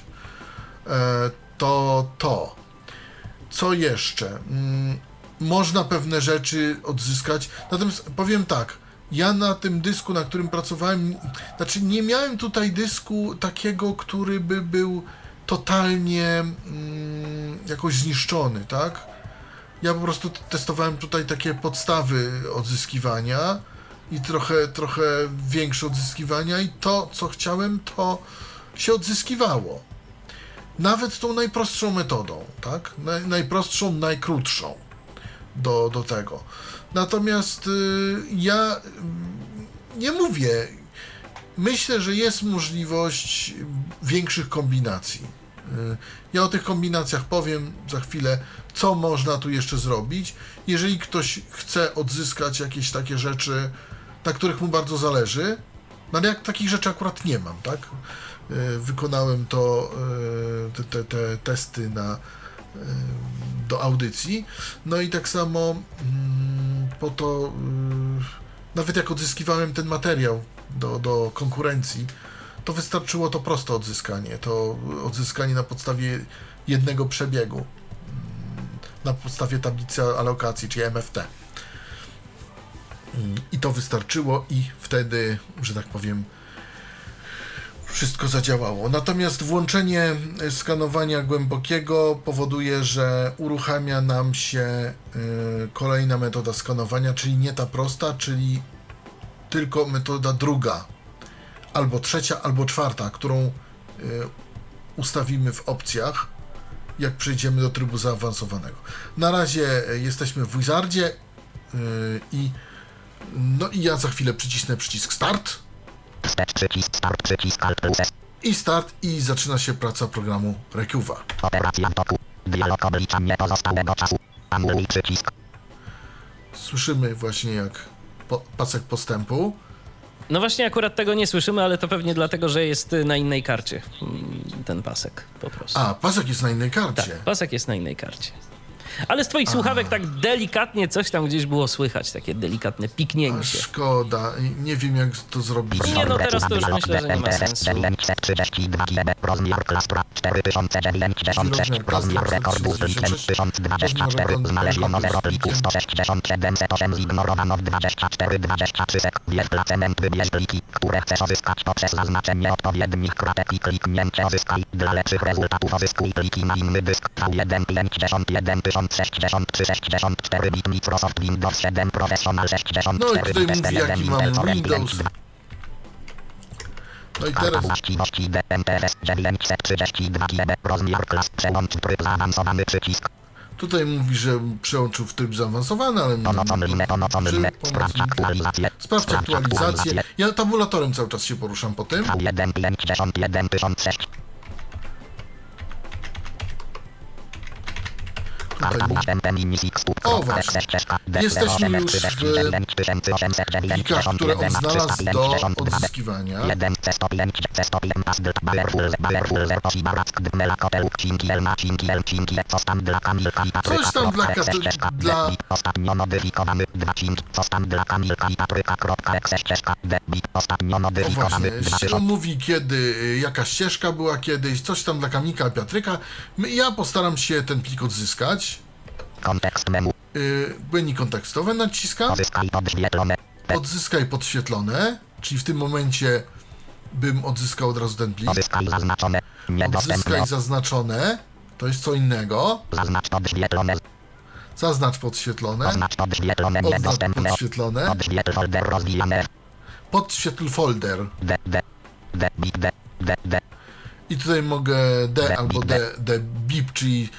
Co jeszcze? Można pewne rzeczy odzyskać, natomiast powiem tak, ja na tym dysku, na którym pracowałem, znaczy nie miałem tutaj dysku takiego, który by był totalnie jakoś zniszczony, tak? Ja po prostu testowałem tutaj takie podstawy odzyskiwania i trochę większe odzyskiwania i to, co chciałem, to się odzyskiwało. Nawet tą najprostszą metodą, tak? Najprostszą, najkrótszą do tego. Natomiast ja nie mówię, myślę, że jest możliwość większych kombinacji. Ja o tych kombinacjach powiem za chwilę, co można tu jeszcze zrobić. Jeżeli ktoś chce odzyskać jakieś takie rzeczy, na których mu bardzo zależy, no ale jak takich rzeczy akurat nie mam, tak? Wykonałem te testy do audycji, no i tak samo po to, nawet jak odzyskiwałem ten materiał do konkurencji, to wystarczyło to proste odzyskanie, to odzyskanie na podstawie jednego przebiegu, na podstawie tablicy alokacji, czyli MFT. I to wystarczyło i wtedy, że tak powiem, wszystko zadziałało. Natomiast włączenie skanowania głębokiego powoduje, że uruchamia nam się kolejna metoda skanowania, czyli nie ta prosta, czyli tylko metoda druga, albo trzecia, albo czwarta, którą ustawimy w opcjach, jak przejdziemy do trybu zaawansowanego. Na razie jesteśmy w Wizardzie i ja za chwilę przycisnę przycisk Start. I Start i zaczyna się praca programu Recuva. Operacja toku. Dialog obliczanie pozostałego czasu. Anuluj przycisk. Słyszymy właśnie jak pasek postępu. No właśnie akurat tego nie słyszymy, ale to pewnie dlatego, że jest na innej karcie ten pasek po prostu. A, pasek jest na innej karcie. Tak, pasek jest na innej karcie. Ale z twoich słuchawek tak delikatnie coś tam gdzieś było słychać, takie delikatne piknięcie. Szkoda, nie wiem jak to zrobić. Nie, no teraz to już myślę, że nie ma sensu. Rozmiar klastra 4096, rozmiar rekordu z liczem 1024, znaleziono 0 plików 16708, zignorowano 24 sek. Bierz placement, wybierz pliki, które chcesz uzyskać poprzez zaznaczenie odpowiednich kratek i kliknięcie uzyskaj. Dla lepszych rezultatów uzyskuj pliki na inny dysk V1 51 1063 64 bit Microsoft Windows 7 Professional 64 No i tutaj mówi jaki mam Windows. No i teraz... Właściwości DMTS 932 GB, rozmiar klas, przełącz tryb zaawansowany przycisk. Tutaj mówi, że przełączył w tryb zaawansowany, ale... Sprawdź aktualizację. Sprawdź aktualizację. Ja tabulatorem cały czas się poruszam po tym. V1 51 1006. O właśnie, jesteśmy już w plikach, które on znalazł do odzyskiwania. Coś tam dla... O właśnie, on mówi kiedy, jaka ścieżka była kiedyś, coś tam dla Kamilka Piatryka. Ja postaram się ten plik odzyskać. Kontekst menu. Menu kontekstowe naciskam. Odzyskaj podświetlone. Czyli w tym momencie bym odzyskał od razu ten plik. Odzyskaj zaznaczone. Odzyskaj zaznaczone. To jest co innego. Zaznacz podświetlone. Zaznacz podświetlone. Oznacz podświetlone. Niedostępne. Podświetlone. Podświetl folder rozwijane. Podświetl folder. D. I tutaj mogę D albo D bip, czyli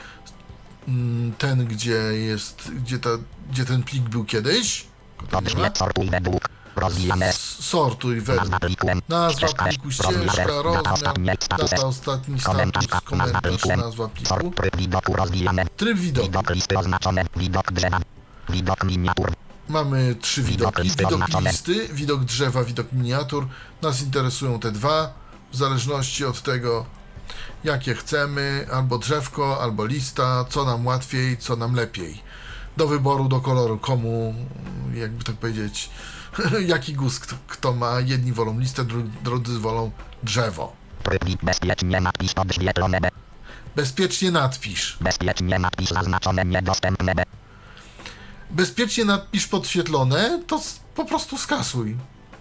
ten, gdzie ten plik był kiedyś. Podświetl sortuj według. Rozwijane. Sortuj według nazwa pliku, ścieżka, rozmiar, data, ostatni status, komentarz, nazwa pliku, tryb widoku. Widok listy oznaczone. Widok drzewa. Widok miniatur. Mamy 3 widoki. Widok listy, widok drzewa, widok miniatur. Nas interesują te dwa, w zależności od tego, jakie chcemy, albo drzewko, albo lista, co nam łatwiej, co nam lepiej. Do wyboru, do koloru, komu, jakby tak powiedzieć, jaki gust kto ma. Jedni wolą listę, drudzy wolą drzewo. Bezpiecznie nadpisz podświetlone. Bezpiecznie nadpisz. Bezpiecznie nadpisz zaznaczone niedostępne. Bezpiecznie nadpisz podświetlone, to po prostu skasuj.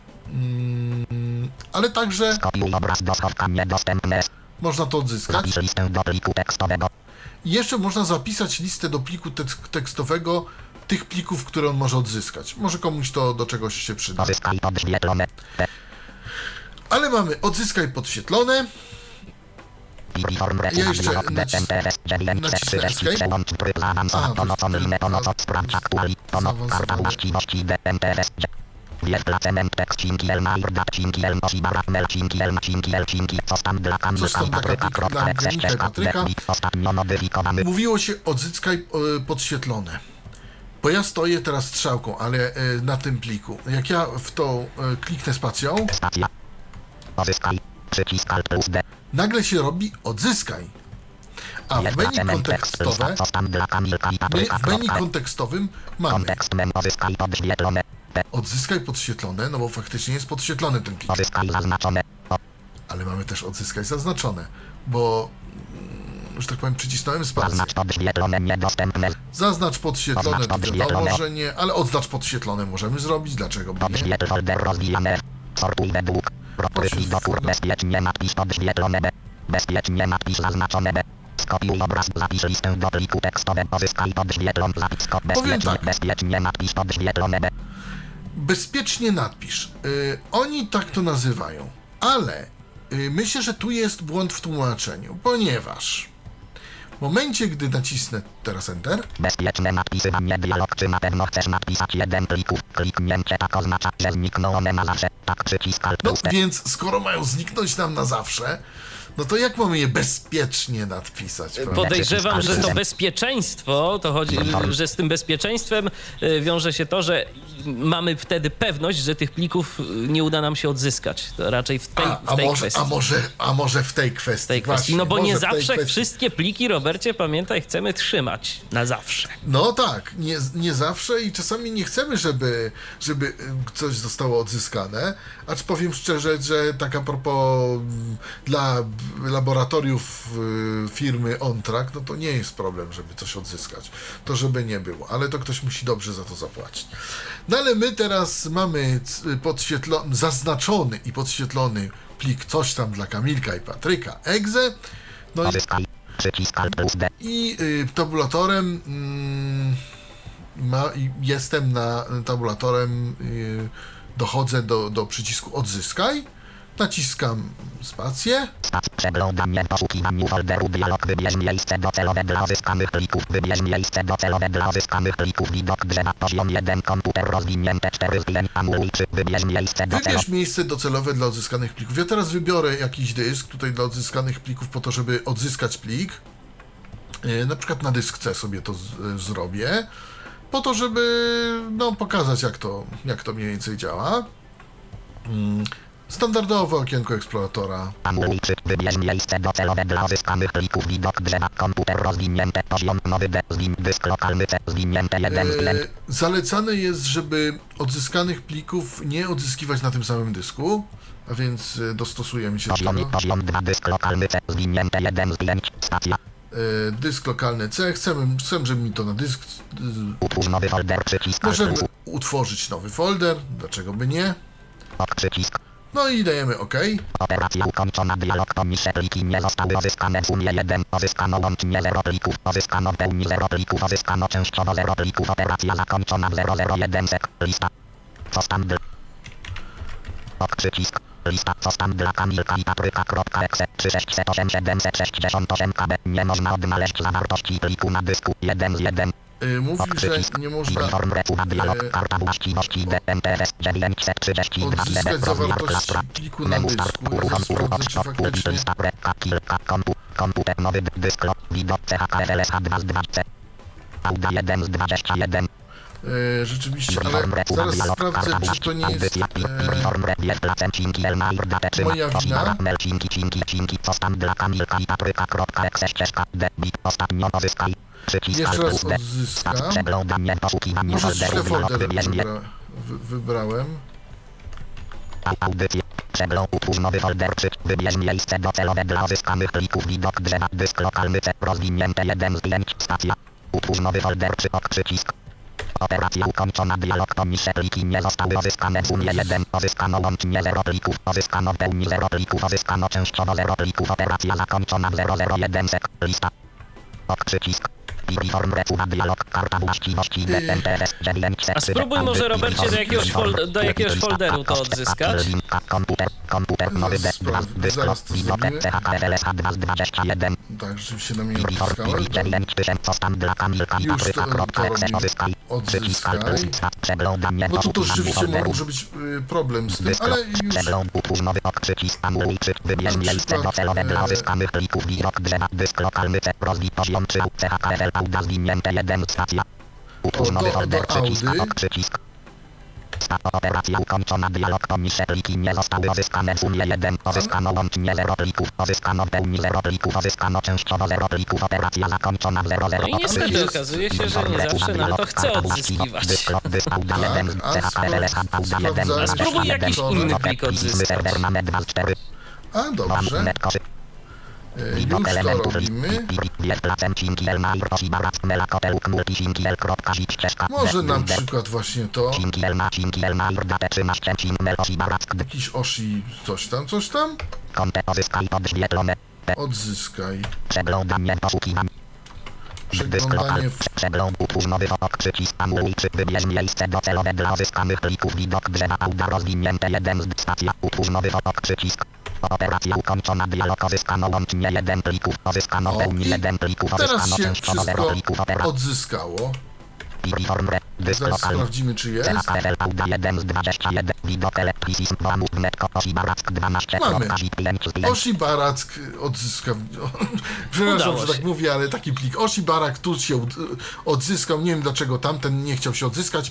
Ale także Skopiuj obraz do schowka niedostępne. można to odzyskać. Zapisz listę do pliku tekstowego. I jeszcze można zapisać listę do pliku tekstowego tych plików, które on może odzyskać. Może komuś to do czegoś się przyda. Odzyskaj podświetlone. Ale mamy odzyskaj podświetlone. Ja jeszcze nacisnę Escape. Coś tam dla Kamilka i Patryka. Mówiło się odzyskaj podświetlone. Bo ja stoję teraz strzałką, ale na tym pliku. Jak ja w to kliknę spacją, nagle się robi odzyskaj. A w menu kontekstowym mamy odzyskaj podświetlone, no bo faktycznie jest podświetlony ten plik. Ale mamy też odzyskaj zaznaczone, bo że tak powiem przycisnąłem spację. Zaznacz podświetlone, to wiadomo, że nie, ale odznacz podświetlone możemy zrobić, dlaczego by nie? Sortuj według. Bezpiecznie nadpisz podświetlone. Bezpiecznie nadpisz zaznaczone. Skopiuj obraz, zapisz listę do pliku tekstowego, odzyskaj podświetlony zapis. Bezpiecznie nadpisz podświetlone. Bezpiecznie nadpisz. Oni tak to nazywają, ale myślę, że tu jest błąd w tłumaczeniu, ponieważ w momencie, gdy nacisnę teraz Enter, bezpieczne nadpisywanie dialog, czy na pewno chcesz nadpisać jeden plików, kliknięcie tak oznacza, że znikną one na zawsze, tak przycisk Alt+. no więc skoro mają zniknąć nam na zawsze, no to jak mamy je bezpiecznie nadpisać? Prawda? Podejrzewam, że to bezpieczeństwo, to chodzi, że z tym bezpieczeństwem wiąże się to, że mamy wtedy pewność, że tych plików nie uda nam się odzyskać. To raczej w tej kwestii. A może w tej kwestii. Właśnie, no bo nie zawsze wszystkie pliki, Robercie, pamiętaj, chcemy trzymać na zawsze. No tak, nie zawsze i czasami nie chcemy, żeby coś zostało odzyskane, acz powiem szczerze, że tak a propos dla laboratoriów firmy OnTrack, no to nie jest problem, żeby coś odzyskać. To żeby nie było, ale to ktoś musi dobrze za to zapłacić. No ale my teraz mamy zaznaczony i podświetlony plik coś tam dla Kamilka i Patryka exe. No i tabulatorem jestem na tabulatorem, dochodzę do przycisku odzyskaj. Naciskam spację. Przeglądanie poszukiwaniu folderu dialog. Wybierz miejsce docelowe dla odzyskanych plików. Wybierz miejsce docelowe dla odzyskanych plików. Widok drzewa poziom 1. Komputer rozwinięte 4 amuluj 3. Wybierz miejsce docelowe. Wybierz miejsce docelowe dla odzyskanych plików. Ja teraz wybiorę jakiś dysk tutaj dla odzyskanych plików po to, żeby odzyskać plik. Na przykład na dysk C sobie to zrobię. Po to, żeby pokazać jak to mniej więcej działa. Standardowe okienko eksploratora. Wybierz miejsce docelowe dla odzyskanych plików. Widok drzewa. Komputer rozwinięte. Poziom nowy dysk lokalny C. Zwinięte 1 Zalecane jest, żeby odzyskanych plików nie odzyskiwać na tym samym dysku, a więc dostosujemy się do tego. Poziom 2 dysk lokalny C. Zwinięte 1 z 5. Stacja. Dysk lokalny C. Chcę, żeby mi to na dysk... Utwórz nowy folder. Przycisk. Możemy utworzyć nowy folder. Dlaczego by nie? Przycisk. No i dajemy OK. Operacja ukończona. Dialog poniższe pliki nie zostały odzyskane. W sumie 1. Odzyskano łącznie 0 plików. Odzyskano w pełni 0 plików. Odzyskano częściowo 0 plików. Operacja zakończona w 001 sek. Lista. Coś tam dla... Przycisk. Lista. Coś tam dla Kamilka i Patryka.exe 368768 KB. Nie można odnaleźć zawartości pliku na dysku 1 z 1. mówi, że nie można odzyskać zawartości pliku na dysku. Ja sprawdzę, czy faktycznie... Komputer nowy dysk widok CHKLSH 2 z 2C. Auda 1 z 21. Rzeczywiście, ale zaraz sprawdzę, czy to nie jest moja wina. Jeszcze raz odzyskam. Może źle folder wybrałem. Audycje. Przegląd utwórz nowy folderczyk. Wybierz miejsce docelowe dla uzyskanych plików. Widok drzewa. Dysk lokalny C. Rozwinięte 1 zdjęć. Stacja. Utwórz nowy folderczyk. Ok przycisk. Operacja ukończona. Dialog poniższe pliki nie zostały uzyskane w Unie 1. Uzyskano łącznie 0 plików. Uzyskano w pełni 0 plików. Uzyskano częściowo 0 plików. Operacja zakończona w 001 sek. Lista. Ok przycisk. A spróbuj może, Robercie, do jakiegoś folderu to odzyskać. Zaraz to zrobimy. Tak, rzeczywiście na mnie odzyskałem. Już to robi. Odzyskaj. Bo tu to rzeczywiście może być problem z tym, ale już... Auda zwinięte 1 stacja. Utwórz nowy folder przycisk. Operacja ukończona. Dialog poniższe pliki nie zostały uzyskane w Unie 1. Uzyskano łącznie 0 plików. Uzyskano w pełni 0 plików. Uzyskano częściowo 0 plików. Operacja zakończona w 00. No i niestety okazuje się, że nie zawsze nam to chce odzyskiwać. A spróbuj jakiś inny plik odzyskać. A dobrze. Już to robimy. Może na przykład właśnie to. Jakiś Oshi coś tam? Odzyskaj. Przeglądanie utwórz nowy przycisk amulczy. Wybierz miejsce docelowe dla uzyskanych plików. Widok drzewa. Auda rozwinięte 1 z stacja. Utwórz nowy przycisk. Operacja ukończona. Dialog uzyskano łącznie 1 plików. Uzyskano pełni 1 plików. Teraz się wszystko odzyskało. Zaraz sprawdzimy, czy jest. Mamy. Oshi Barack odzyskał. Przepraszam, że tak mówię, ale taki plik. Oshi Barack tu się odzyskał. Nie wiem dlaczego tamten nie chciał się odzyskać.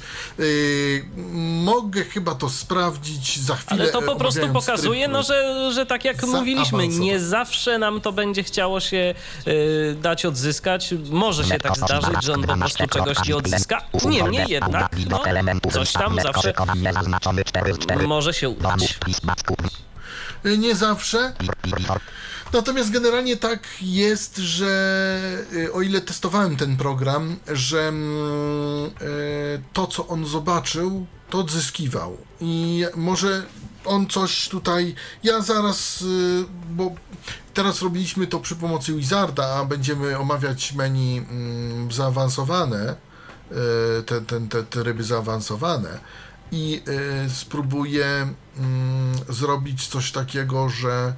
Mogę chyba to sprawdzić za chwilę. Ale to po prostu pokazuje, no, że tak jak mówiliśmy, nie zawsze nam to będzie chciało się dać odzyskać. Może się tak zdarzyć, że on po prostu czegoś nie odzyska. Niemniej jednak, no, coś tam zawsze może się udać. Nie zawsze. Natomiast generalnie tak jest, że o ile testowałem ten program, że to, co on zobaczył, to odzyskiwał. I może on coś tutaj... Ja zaraz, bo teraz robiliśmy to przy pomocy Wizarda, a będziemy omawiać menu zaawansowane, te ryby zaawansowane i spróbuję zrobić coś takiego, że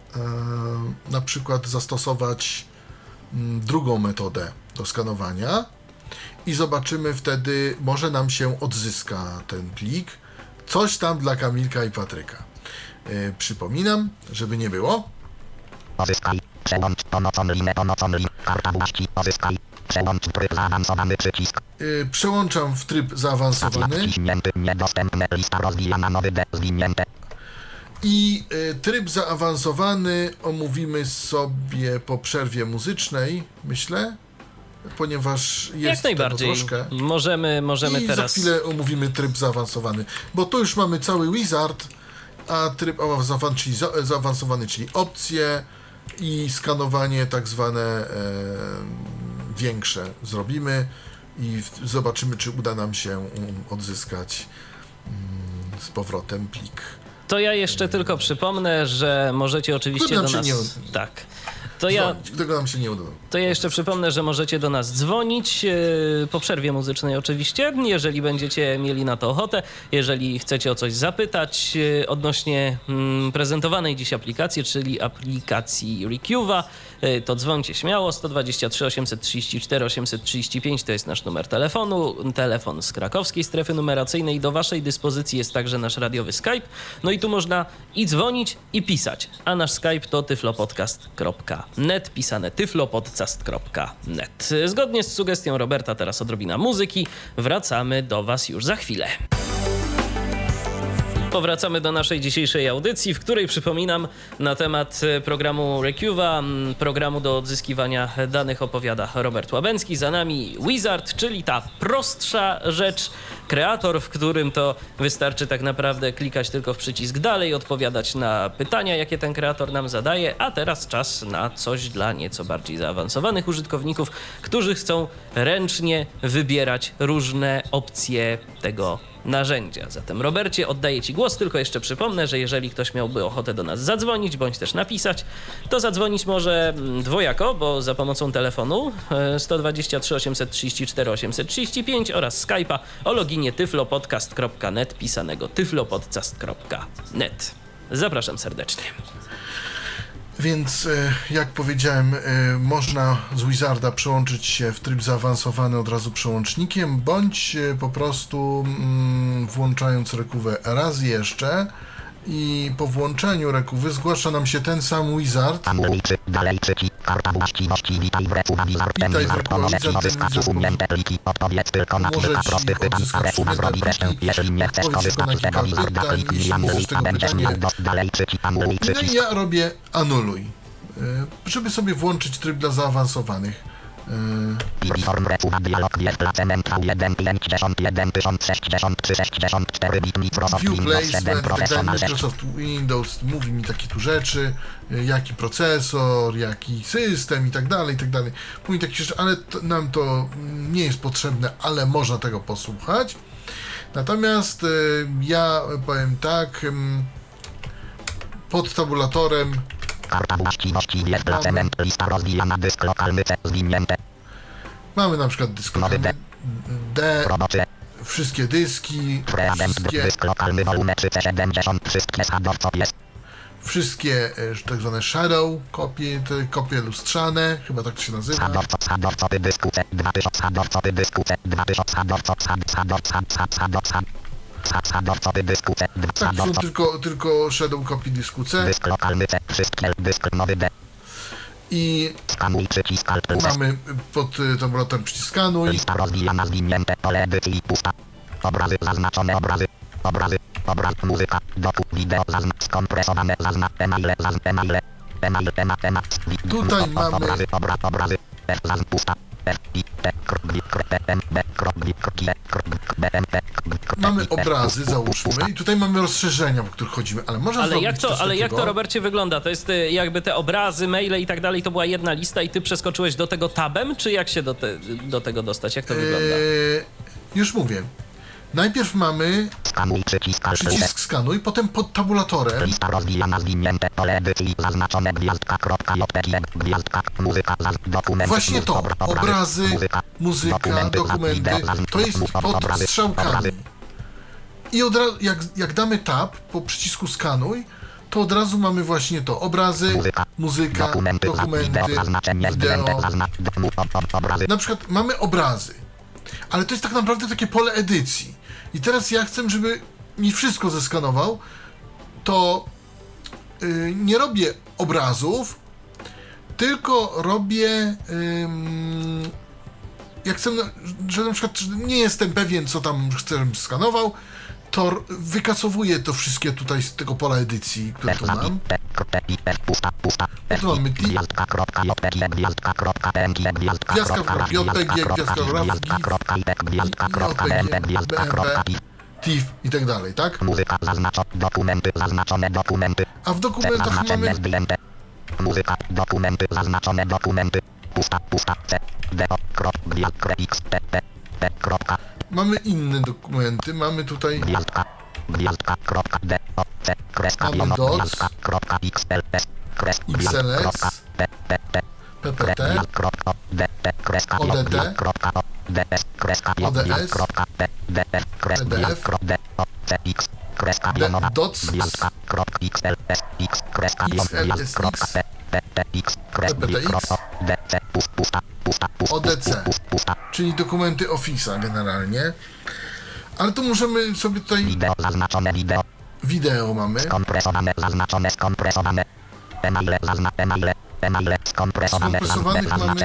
na przykład zastosować drugą metodę do skanowania i zobaczymy wtedy, może nam się odzyska ten plik. Coś tam dla Kamilka i Patryka. Przypominam, żeby nie było. Pozyskaj, przełącz pomocą linii, karta właści, pozyskaj, przełącz tryb zaawansowany przycisk. Przełączam w tryb zaawansowany. Niedostępne, lista rozwijana, nowy zwinięte. I tryb zaawansowany omówimy sobie po przerwie muzycznej, myślę, ponieważ jest jak najbardziej. Troszkę. Możemy i teraz... za chwilę omówimy tryb zaawansowany, bo tu już mamy cały Wizard, a tryb zaawansowany, czyli opcje i skanowanie tak zwane większe zrobimy i zobaczymy, czy uda nam się odzyskać z powrotem plik. To ja jeszcze tylko przypomnę, że możecie oczywiście do nas... Tak. dzwonić. Tego nam się nie udało. To ja jeszcze przypomnę, że możecie do nas dzwonić po przerwie muzycznej oczywiście, jeżeli będziecie mieli na to ochotę, jeżeli chcecie o coś zapytać odnośnie prezentowanej dziś aplikacji, czyli aplikacji Recuva, to dzwońcie śmiało. 123 834 835 to jest nasz numer telefonu, telefon z krakowskiej strefy numeracyjnej. Do waszej dyspozycji jest także nasz radiowy Skype. No i tu można i dzwonić, i pisać. A nasz Skype to tyflopodcast.net, pisane tyflopodcast.net. Zgodnie z sugestią Roberta teraz odrobina muzyki. Wracamy do was już za chwilę. Powracamy do naszej dzisiejszej audycji, w której, przypominam, na temat programu Recuva, programu do odzyskiwania danych, opowiada Robert Łabęcki. Za nami Wizard, czyli ta prostsza rzecz, kreator, w którym to wystarczy tak naprawdę klikać tylko w przycisk dalej, odpowiadać na pytania, jakie ten kreator nam zadaje, a teraz czas na coś dla nieco bardziej zaawansowanych użytkowników, którzy chcą ręcznie wybierać różne opcje tego narzędzia. Zatem, Robercie, oddaję ci głos, tylko jeszcze przypomnę, że jeżeli ktoś miałby ochotę do nas zadzwonić, bądź też napisać, to zadzwonić może dwojako, bo za pomocą telefonu 123 834 835 oraz Skype'a o loginie tyflopodcast.net, pisanego tyflopodcast.net. Zapraszam serdecznie. Więc, jak powiedziałem, można z Wizarda przełączyć się w tryb zaawansowany od razu przełącznikiem, bądź po prostu włączając Recuvę raz jeszcze i po włączeniu Recuwy zgłasza nam się ten sam Wizard. Karta właściwości, witaj w Recuva Wizard. Ten Wizard pomoże ci odzyskać usunięte pliki. Odpowiedz tylko na kilka prostych pytań, a Recuva zrobi resztę. Jeżeli nie chcesz korzystać z tego Wizarda, kliknij anuluj, a będziesz miał dalej przycisk anuluj przycisk. No i ja robię anuluj, żeby sobie włączyć tryb dla zaawansowanych. Uniform Recuva dialog V1 51 1063 64 bit Microsoft View Windows 7 placement, Professional. Microsoft Windows mówi mi takie tu rzeczy, jaki procesor, jaki system i tak dalej, i tak dalej. Mówi takie rzeczy, ale nam to nie jest potrzebne, ale można tego posłuchać. Natomiast ja powiem tak, pod tabulatorem Karta właściwości placement, lista rozwijana, dysk lokalny C, zwinięte. mamy na przykład dysk lokalny D, wszystkie dyski, dysk lokalny volume 370, wszystkie sadowco jest. Wszystkie tak zwane shadow kopie, te kopie lustrzane, chyba tak to się nazywa. Sadowcopy dysku C, 2000 sadowcopy dysku C, 2000 sadowcopy dysku C, tak, są tylko shadow kopii dysku C. Dysk lokalny C, wszystkie dysk nowy D. I skanuj przycisk Alt plus. Mamy pod tabulatorem przycisk skanuj. Lista rozwijana, zwinięte, pole edycji pusta. Obrazy, zaznaczone obrazy. Obraz, muzyka, doku, wideo, skompresowane, emaile, temat. Tutaj mamy obrazy, pusta. Mamy obrazy, załóżmy, i tutaj mamy rozszerzenia, po których chodzimy, ale można zrobić jak to, Robercie, wygląda? To jest jakby te obrazy, maile i tak dalej, to była jedna lista i ty przeskoczyłeś do tego tabem, czy jak się do tego dostać? Jak to wygląda? Już mówię. Najpierw mamy przycisk skanuj, potem pod tabulatorem. Lista rozwijana, zwinięte, pole edycji, zaznaczone gwiazdka, muzyka, dokumenty. Właśnie to, obrazy, muzyka, dokumenty, to jest pod strzałkami. I od razu, jak damy tab po przycisku skanuj, to od razu mamy właśnie to, obrazy, muzyka, dokumenty, wideo. Na przykład mamy obrazy, ale to jest tak naprawdę takie pole edycji. I teraz ja chcę, żeby mi wszystko zeskanował, to nie robię obrazów, tylko robię, jak chcę, że na przykład nie jestem pewien, co tam chcę, żebym skanował, to wykasowuję to wszystkie tutaj z tego pola edycji, które tu mam. Tu mamy gwiazdka.jpg, gwiazdka.rafgi, TIFF i tak dalej, tak? Muzyka, zaznaczone dokumenty. A w dokumentach mamy... Muzyka, zaznaczone dokumenty. Pusta, C, D, X, P, Mamy inne dokumenty, mamy tutaj... Gwiazdka.d, C, mamy DOC, XLS, PPT, DOTS, ODC, czyli dokumenty Office'a generalnie. Ale tu możemy sobie tutaj... Wideo mamy. Skompresowanych mamy...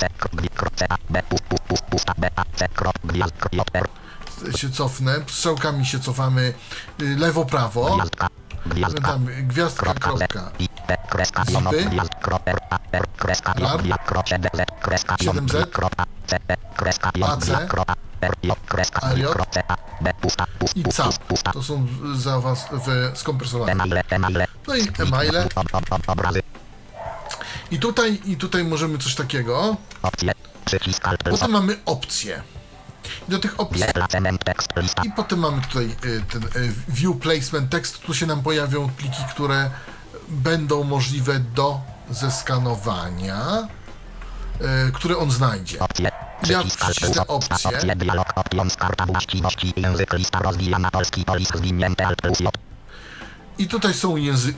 się cofnę, strzałkami się cofamy lewo-prawo. Tam gwiazdka, kropka. Zipy. RAR. 7Z. AC. AJ. I CAP. To są skompresowane. No i e-maile. I tutaj możemy coś takiego. Potem mamy opcje. I do tych opcji. I potem mamy tutaj ten view placement text. Tu się nam pojawią pliki, które będą możliwe do zeskanowania, które on znajdzie. Ja wcisnę opcję. I tutaj są języki.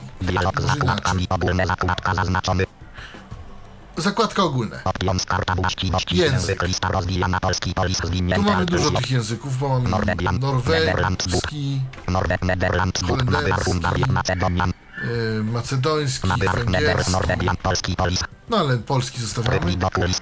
Zakładka ogólne. Język. Tu mamy dużo tych języków, bo mamy norweski, holenderski, macedoński, węgierski. No ale polski zostawiamy.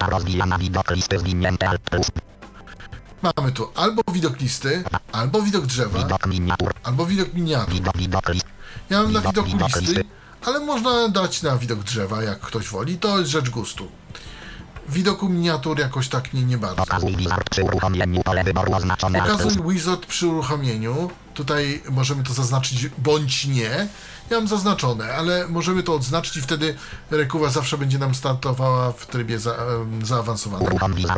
Mamy tu albo widok listy, albo widok drzewa, albo widok miniatur. Ja mam na widoku listy, ale można dać na widok drzewa, jak ktoś woli, to jest rzecz gustu. Widoku miniatur jakoś tak nie bardzo. Pokazuj wizard przy uruchomieniu. Tutaj możemy to zaznaczyć bądź nie. Ja mam zaznaczone, ale możemy to odznaczyć i wtedy rekuwa zawsze będzie nam startowała w trybie zaawansowanym.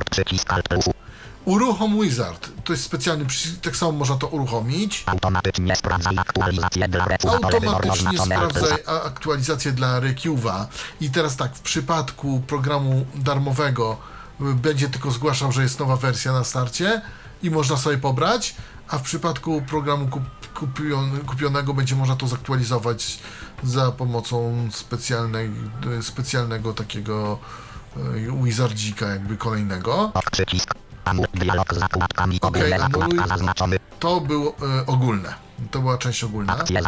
Uruchom Wizard. To jest specjalny przycisk, tak samo można to uruchomić. Automatycznie sprawdzaj aktualizację dla Requeve'a. I teraz tak, w przypadku programu darmowego będzie tylko zgłaszał, że jest nowa wersja na starcie i można sobie pobrać, a w przypadku programu kupionego będzie można to zaktualizować za pomocą specjalnego takiego wizardzika jakby kolejnego. Okej, anuluj. To było ogólne. To była część ogólna. Akcje.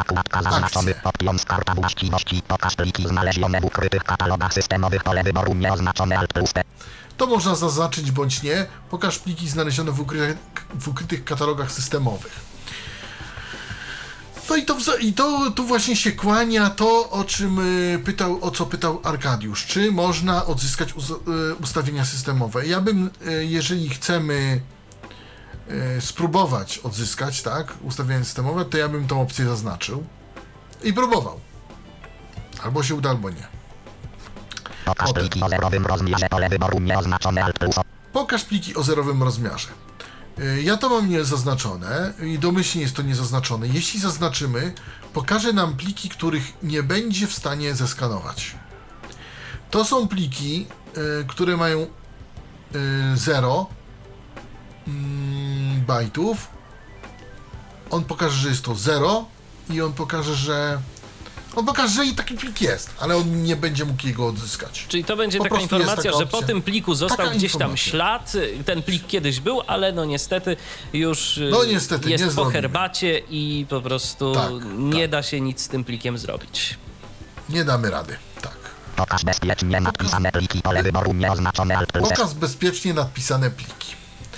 To można zaznaczyć bądź nie. Pokaż pliki znalezione w ukrytych katalogach systemowych. No i to tu właśnie się kłania to, o co pytał Arkadiusz. Czy można odzyskać ustawienia systemowe? Ja bym, jeżeli chcemy spróbować odzyskać, tak, ustawienia systemowe, to ja bym tą opcję zaznaczył i próbował. Albo się uda, albo nie. Pokaż pliki o zerowym rozmiarze. Ja to mam niezaznaczone i domyślnie jest to niezaznaczone. Jeśli zaznaczymy, pokaże nam pliki, których nie będzie w stanie zeskanować. To są pliki, które mają 0 bajtów. On pokaże, że jest to 0 i on pokaże, że i taki plik jest, ale on nie będzie mógł jego odzyskać. Czyli to będzie taka informacja, że po tym pliku został gdzieś tam ślad, ten plik kiedyś był, ale no niestety już jest po herbacie i po prostu nie da się nic z tym plikiem zrobić. Nie damy rady, tak. Pokaż bezpiecznie nadpisane pliki, pole wyboru nieoznaczone Alt+. Pokaż bezpiecznie nadpisane pliki.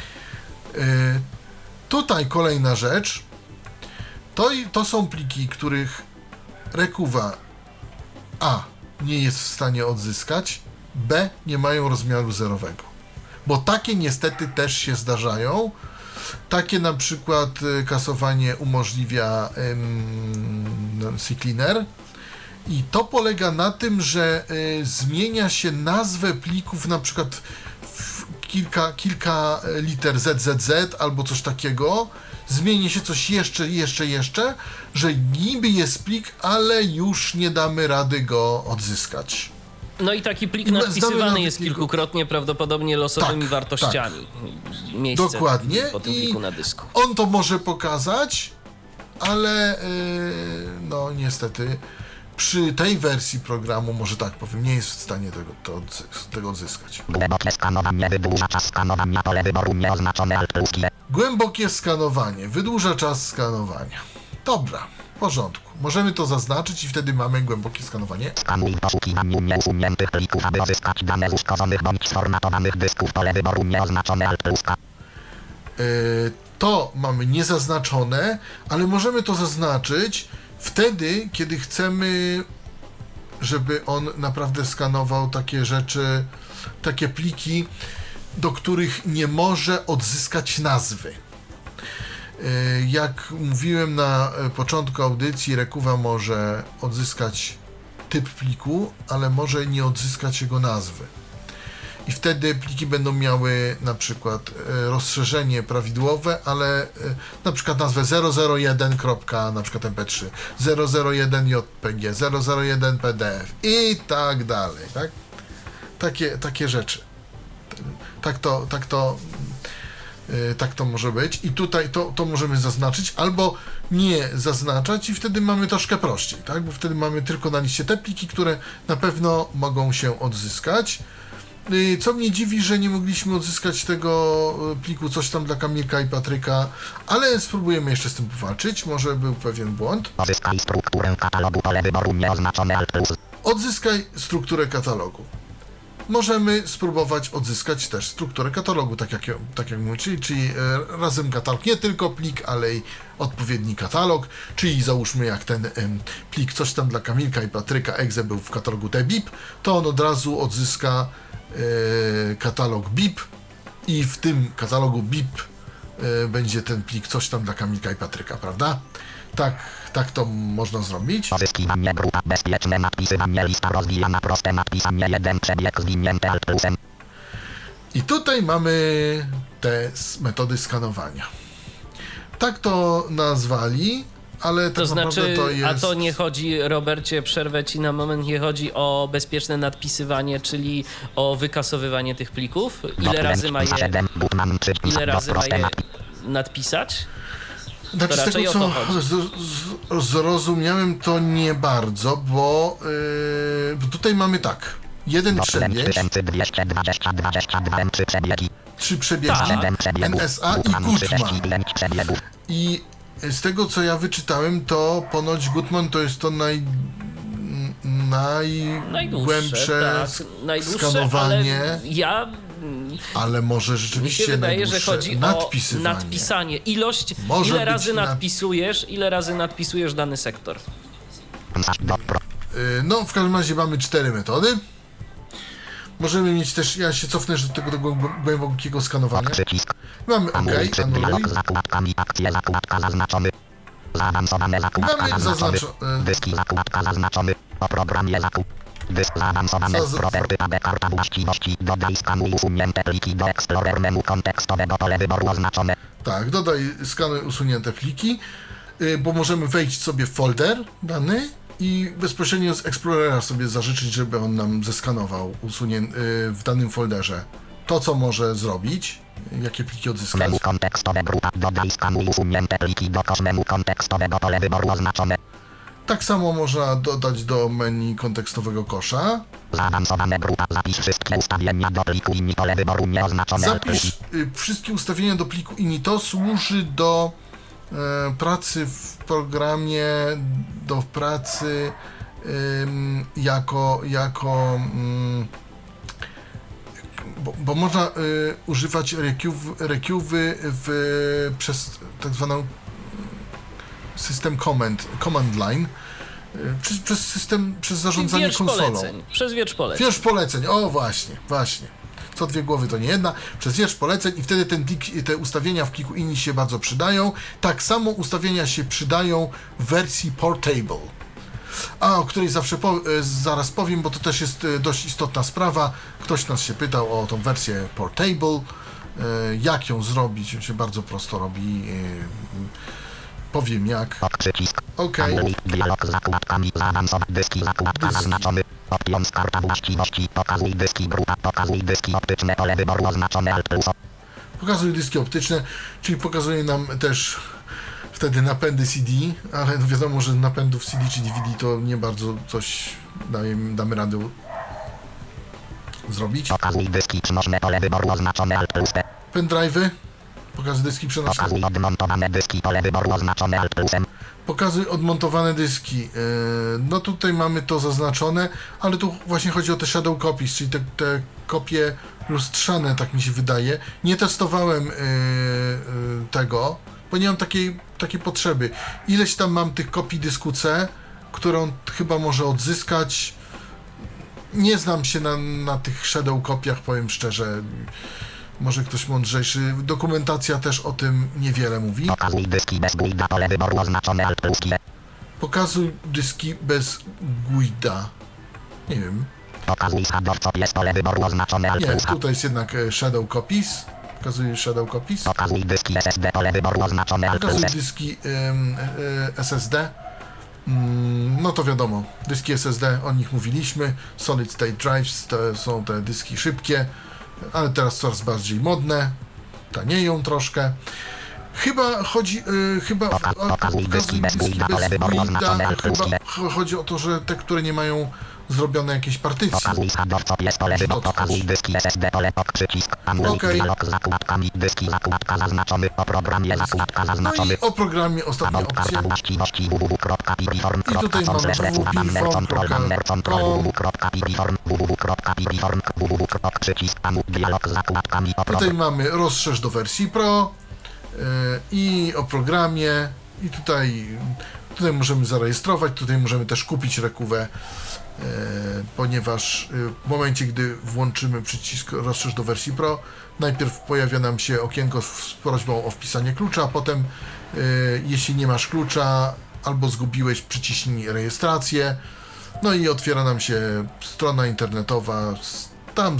Tutaj kolejna rzecz. To są pliki, których Requeve'a A nie jest w stanie odzyskać, B nie mają rozmiaru zerowego. Bo takie niestety też się zdarzają. Takie na przykład kasowanie umożliwia CCleaner. I to polega na tym, że zmienia się nazwę plików na przykład w kilka liter ZZZ albo coś takiego. Zmieni się coś jeszcze, że niby jest plik, ale już nie damy rady go odzyskać. No i taki plik Znamy nadpisywany nawet jest pliku- kilkukrotnie prawdopodobnie losowymi Tak, wartościami. Miejsce Dokładnie. po tym I pliku na dysku. on to może pokazać, ale no niestety przy tej wersji programu, może tak powiem, nie jest w stanie tego odzyskać. Głębokie skanowanie wydłuża czas skanowania, pole wyboru nieoznaczone Alt+G. Głębokie skanowanie wydłuża czas skanowania. Dobra, w porządku. Możemy to zaznaczyć i wtedy mamy głębokie skanowanie. Skanuj w poszukiwaniu nieusuniętych plików, aby uzyskać dane z uszkodzonych bądź sformatowanych dysków, pole wyboru nieoznaczone Alt+K. To mamy niezaznaczone, ale możemy to zaznaczyć wtedy, kiedy chcemy, żeby on naprawdę skanował takie rzeczy, takie pliki, do których nie może odzyskać nazwy. Jak mówiłem na początku audycji, Rekuwa może odzyskać typ pliku, ale może nie odzyskać jego nazwy. I wtedy pliki będą miały na przykład rozszerzenie prawidłowe, ale na przykład nazwę 001. Na przykład mp3, 001 jpg, 001 pdf i tak dalej, tak? Takie rzeczy. Tak to może być i tutaj to możemy zaznaczyć albo nie zaznaczać i wtedy mamy troszkę prościej, tak? Bo wtedy mamy tylko na liście te pliki, które na pewno mogą się odzyskać. Co mnie dziwi, że nie mogliśmy odzyskać tego pliku coś tam dla Kamilka i Patryka, ale spróbujemy jeszcze z tym powalczyć, może był pewien błąd. Odzyskaj strukturę katalogu, pole wyboru nieoznaczone Alt+. Odzyskaj strukturę katalogu. Możemy spróbować odzyskać też strukturę katalogu, tak jak mówię, czyli razem katalog, nie tylko plik, ale i odpowiedni katalog, czyli załóżmy jak ten plik coś tam dla Kamilka i Patryka exe był w katalogu dbip, to on od razu odzyska katalog BIP i w tym katalogu BIP będzie ten plik coś tam dla Kamilka i Patryka, prawda? Tak to można zrobić. Pozyskiwanie grupa, bezpieczne nadpisywanie, lista rozwijana, proste nadpisanie, jeden przebieg zwinięte Alt+. I tutaj mamy te metody skanowania. Tak to nazwali, ale tak To znaczy, naprawdę to jest... a to nie chodzi, Robercie, przerwę ci na moment, nie chodzi o bezpieczne nadpisywanie, czyli o wykasowywanie tych plików? Ile razy ma je nadpisać? Znaczy, to z raczej tego, o to co zrozumiałem, to nie bardzo, bo tutaj mamy tak. Jeden przebieg, 3 przebiegi, NSA i Gutman. I z tego, co ja wyczytałem, to ponoć Gutman to jest to najgłębsze skanowanie. Ale może rzeczywiście mi się wydaje, że chodzi o nadpisanie. Ile razy nadpisujesz dany sektor. No, w każdym razie mamy 4 metody. Możemy mieć też, ja się cofnę do tego głębokiego skanowania. Mamy OK, anuluj. Mamy zaznaczone. Dyski zakładka zaznaczony. O programie zakup. Dysk zaawansowany. Property tab karta właściwości. Dodaj skanuj usunięte pliki do Explorer menu kontekstowego pole wyboru oznaczone. Tak, dodaj skanuj usunięte pliki, bo możemy wejść sobie w folder dany i bezpośrednio z Explorera sobie zażyczyć, żeby on nam zeskanował w danym folderze to, co może zrobić, jakie pliki odzyskać. Menu kontekstowe grupa. Dodaj skanuj usunięte pliki do kosz menu kontekstowego pole wyboru oznaczone. Tak samo można dodać do menu kontekstowego kosza. Zaawansowane grupa. Zapisz wszystkie ustawienia do pliku INI, pole wyboru nieoznaczone. Zapisz wszystkie ustawienia do pliku INI. To służy do pracy w programie, do pracy bo można używać requeue przez tak zwaną system command line, przez zarządzanie konsolą. Przez wierzch poleceń. Wierzch poleceń, o właśnie. Co dwie głowy to nie jedna, przez wierzch poleceń i wtedy te ustawienia w pliku INI się bardzo przydają. Tak samo ustawienia się przydają w wersji Portable, o której zaraz powiem, bo to też jest dość istotna sprawa. Ktoś nas się pytał o tą wersję Portable, jak ją zrobić, się bardzo prosto robi. Powiem jak. OK. Dialog z zakładkami zaawansowane. Dyski zakładka zaznaczony. Options karta właściwości. Pokazuj dyski grupa. Pokazuj dyski optyczne. Pole wyboru oznaczone Alt plus. Pokazuje dyski optyczne, czyli pokazuje nam też wtedy napędy CD, ale wiadomo, że napędów CD czy DVD to nie bardzo coś damy radę zrobić. Pokazuj dyski przenośne. Pole wyboru oznaczone Alt plus. Pendrive'y. Pokazuj dyski przenośne. Pokazuj odmontowane dyski. Pole wyboru oznaczone Alt plusem. Pokazuj odmontowane dyski. No tutaj mamy to zaznaczone, ale tu właśnie chodzi o te shadow copies, czyli te kopie lustrzane, tak mi się wydaje. Nie testowałem tego, bo nie mam takiej potrzeby. Ileś tam mam tych kopii dysku C, którą chyba może odzyskać. Nie znam się na tych shadow kopiach, powiem szczerze. Może ktoś mądrzejszy. Dokumentacja też o tym niewiele mówi. Pokazuj dyski bez guida. Pole wyboru oznaczone Alt plus. Pokazuj dyski bez guida. Nie wiem. Pokazuj shadow copies. Pole wyboru oznaczone Alt Nie, plus. tutaj jest jednak shadow copies. Pokazuj shadow copies. Pokazuj dyski SSD. Pole wyboru oznaczone Alt plus. Pokazuj dyski SSD. No to wiadomo, dyski SSD, o nich mówiliśmy. Solid State Drives to są te dyski szybkie, ale teraz coraz bardziej modne, tanieją troszkę. Chyba chodzi Pokazuj dyski bez guida. Pole wyboru oznaczone Alt plus. chyba chodzi o to, że te, które nie mają zrobione jakieś partycji. Pokazuj shadow copies. Pole wyboru. Pokazuj dyski SSD. Pole przycisk. Anuluj dialog z zakładkami. Dyski zakładka zaznaczony. O programie zakładka No zaznaczony. i o programie ostatnia About opcja. karta właściwości www.pdform. I tutaj mamy Przycisk anu dialog z zakładkami. Tutaj mamy rozszerz do wersji Pro i o programie i tutaj możemy zarejestrować, tutaj możemy też kupić rekuwę, ponieważ w momencie, gdy włączymy przycisk rozszerz do wersji Pro, najpierw pojawia nam się okienko z prośbą o wpisanie klucza, a potem jeśli nie masz klucza albo zgubiłeś, przyciśnij rejestrację, no i otwiera nam się strona internetowa tam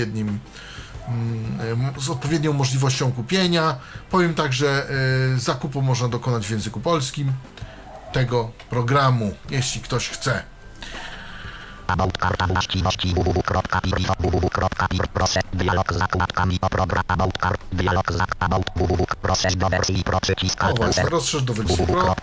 z odpowiednią możliwością kupienia. Powiem tak, że zakupu można dokonać w języku polskim tego programu, jeśli ktoś chce. About karta właściwości www.pdform. Proszę dialog z zakładkami o program. About kart dialog z about www. Proszę do wersji Pro przycisk O właśnie, rozszerz do wersji Pro.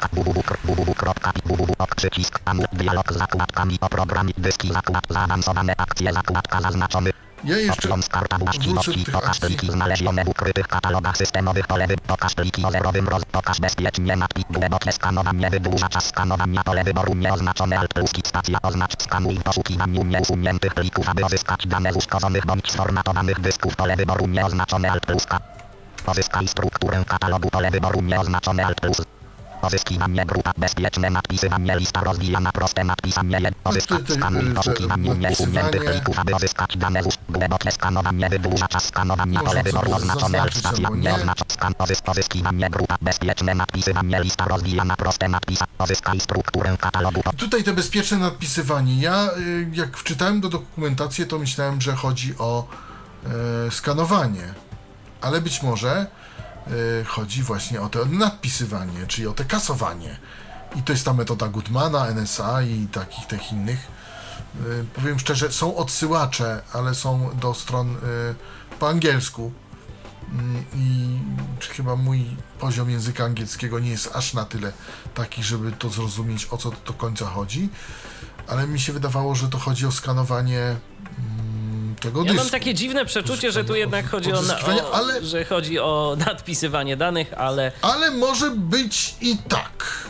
Przycisk dialog z zakładkami o programie. Dyski zakład zaawansowane akcje zakładka zaznaczony. Ja jeszcze Karta właściwości. Pokaż pliki znalezione w ukrytych katalogach systemowych. Pole pokaż pliki o zerowym pokaż bezpiecznie nadpis. Głębokie skanowanie wydłuża czas skanowania. Pole wyboru nieoznaczone Alt plus. Stacja oznacz skanuj w poszukiwaniu nieusuniętych plików, aby uzyskać dane z uszkodzonych bądź sformatowanych dysków. Pole wyboru nieoznaczone Alt plus. Pozyskaj strukturę katalogu. Pole wyboru nieoznaczone Alt plus. Pozyskiwanie grupa bezpieczne nadpisywanie lista rozwijana proste nadpisanie pozyskać skanuj poszukiwanie nieusuniętych plików, aby uzyskać dane z głębokie skanowanie wydłuża czas skanowania. Pole wyboru oznaczone Alt stacja nie oznacza skan pozyskiwanie grupa bezpieczne nadpisywanie lista rozwijana proste nadpisa pozyskaj strukturę katalogu. Tutaj te bezpieczne nadpisywanie. Ja jak wczytałem do dokumentacji, to myślałem, że chodzi o skanowanie, ale być może chodzi właśnie o to nadpisywanie, czyli o te kasowanie. I to jest ta metoda Gutmana, NSA i takich tych innych. Powiem szczerze, są odsyłacze, ale są do stron po angielsku. I chyba mój poziom języka angielskiego nie jest aż na tyle taki, żeby to zrozumieć, o co do końca chodzi. Ale mi się wydawało, że to chodzi o skanowanie tego dysku. Ja mam takie dziwne przeczucie, że tu jednak chodzi że chodzi o nadpisywanie danych, ale... Ale może być i tak.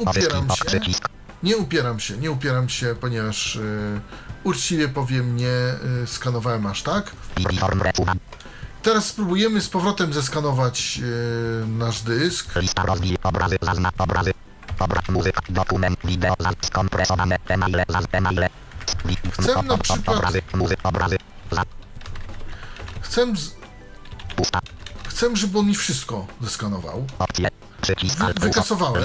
Nie upieram się, ponieważ uczciwie powiem, nie skanowałem aż tak. Teraz spróbujemy z powrotem zeskanować nasz dysk. Lista obrazy, obrazy, muzyka, dokument, wideo, skompresowane, emaile, Chcę na przykład... Chcę, żeby on mi wszystko zeskanował. Wykasowałem.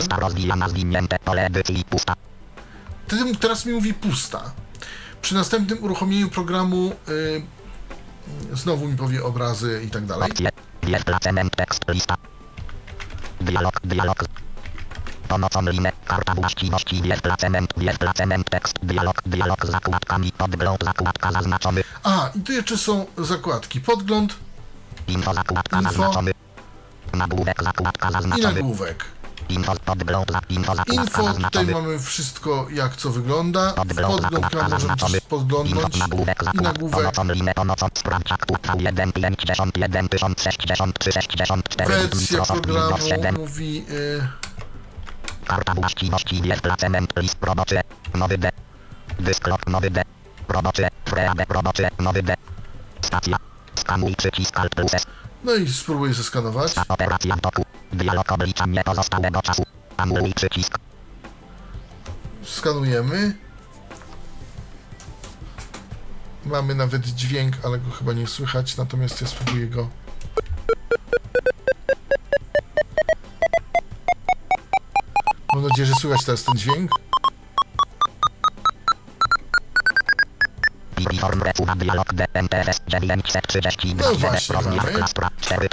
Teraz mi mówi pusta. Przy następnym uruchomieniu programu znowu mi powie obrazy i tak dalej. pomocą linii, karta właściwości, wierzbla cement, tekst, dialog z zakładkami, podgląd, zakładka zaznaczony. A, i tu jeszcze są zakładki. Podgląd Info, zakładka Info. zaznaczony. Nagłówek, zakładka i zaznaczony. nagłówek. Info, podgląd, info, zakładka Info, tutaj zaznaczony. mamy wszystko, jak co wygląda. W Podgląd, podgląd zakładka możemy zaznaczony. też podglądnąć Nagłówek, i nagłówek. pomocą linii, pomocą sprawdź aktu V1 51 1063 64 Wersja Microsoft Windows programu 7. mówi... Karta właściwości, wierzbla cement, list roboczy, nowy D. Dysklop, nowy D. Roboczy, freade, roboczy, nowy D. Stacja. Skanuj przycisk Alt plus S. No i spróbuję zeskanować. Operacja w toku. Dialog obliczanie pozostałego czasu. Anuluj przycisk. Skanujemy. Mamy nawet dźwięk, ale go chyba nie słychać, natomiast ja spróbuję go... Mam nadzieję, że słychać teraz ten dźwięk. Form resuwa dialog DNTS 932 No właśnie, rozmiar mamy. klastra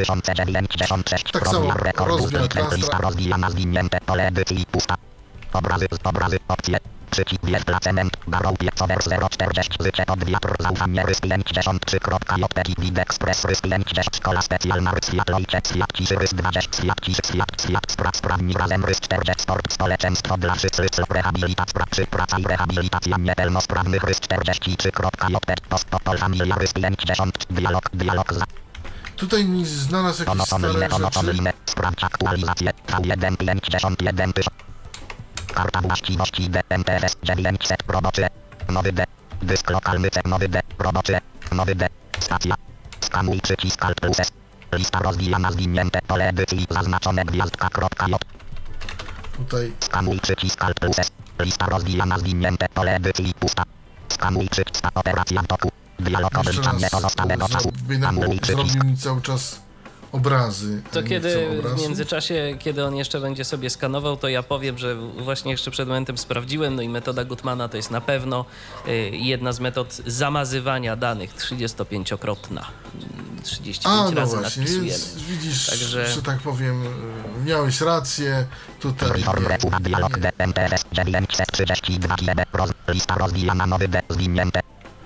4096 Tak samo rozmiar rekordu rozmiar lista klastra. rozwijana zwinięte pole edycji pusta obrazy opcje przycisk wierzbla cement barrow piecower 040 zycie pod wiatr zaufanie rys 53.jpg wid express rys 56 szkola specjalna rys świat ojciec świat ciszy rys 20 świat ciszy świat sprawni razem rys 40 sport społeczeństwo dla wszyscy rys rehabilitacja praca i rehabilitacja niepełnosprawnych rys 43.jpg postopol familia rys 50 dialog za Tutaj mi znalazł jakieś stare rzeczy. sprawdź aktualizację V1 51 Karta właściwości DNTS 900 robocze. Nowy D. Dysk lokalny C. Nowy D. Robocze. Nowy D. Stacja. Skanuj przycisk Alt plus S. Lista rozwijana zwinięte pole edycji zaznaczone gwiazdka.j. Tutaj Skanuj przycisk Alt plus S. Lista rozwijana zwinięte pole edycji pusta. Skanuj przycisk operacja w toku. Dialog jeszcze obliczanie raz pozostałego czasu. Anuluj przycisk. zrobił mi cały czas obrazy. To nie kiedy chcę w obrazów. międzyczasie, kiedy on jeszcze będzie sobie skanował, to ja powiem, że właśnie jeszcze przed momentem sprawdziłem, no i metoda Gutmana to jest na pewno jedna z metod zamazywania danych 35-krotna. 35 A, no razy właśnie, nadpisujemy. więc widzisz, Także- że tak powiem, miałeś rację, tutaj Dialog DNTS 932 GB. Lista rozwijana nowy D. Zwinięte.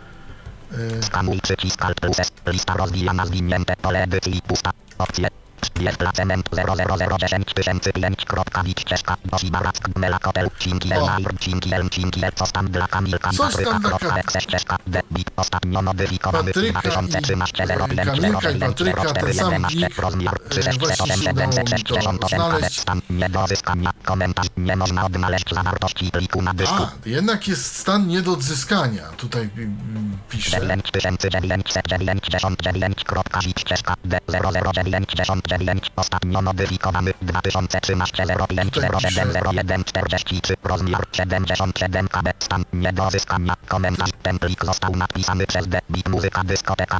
Skanuj przycisk Alt plus S. Lista rozwijana zwinięte pole edycji pusta. Opcje. Wierzbla cement 0001005.wid ścieżka Dosi Barack Gmela Kotel Cinki El Nair Cinki El Costam dla Kamilka Coś tam dla Patryka ścieżka Debit ostatnio modyfikowany Patryka i 2013 Kamilka i Patryka, ten sam plik, rozmiar właśnie się udało mi to znaleźć. stan nie do odzyskania komentarz nie można odnaleźć zawartości pliku na dysku. A, jednak jest stan nie do odzyskania, tutaj pisze. 9999.wid ścieżka D00999 ostatnio modyfikowany 2013 05 43 rozmiar 77 KB stan nie do odzyskania komentarz ten plik został napisany przez Debit muzyka dyskoteka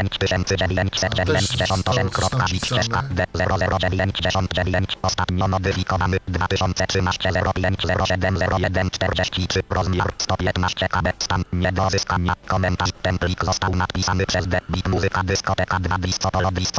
9998.wid ścieżka D00999 ostatnio modyfikowany 2013 05 07 43 rozmiar 115 KB stan nie do odzyskania komentarz ten plik został napisany przez Debit muzyka dyskoteka 2 disco polo disco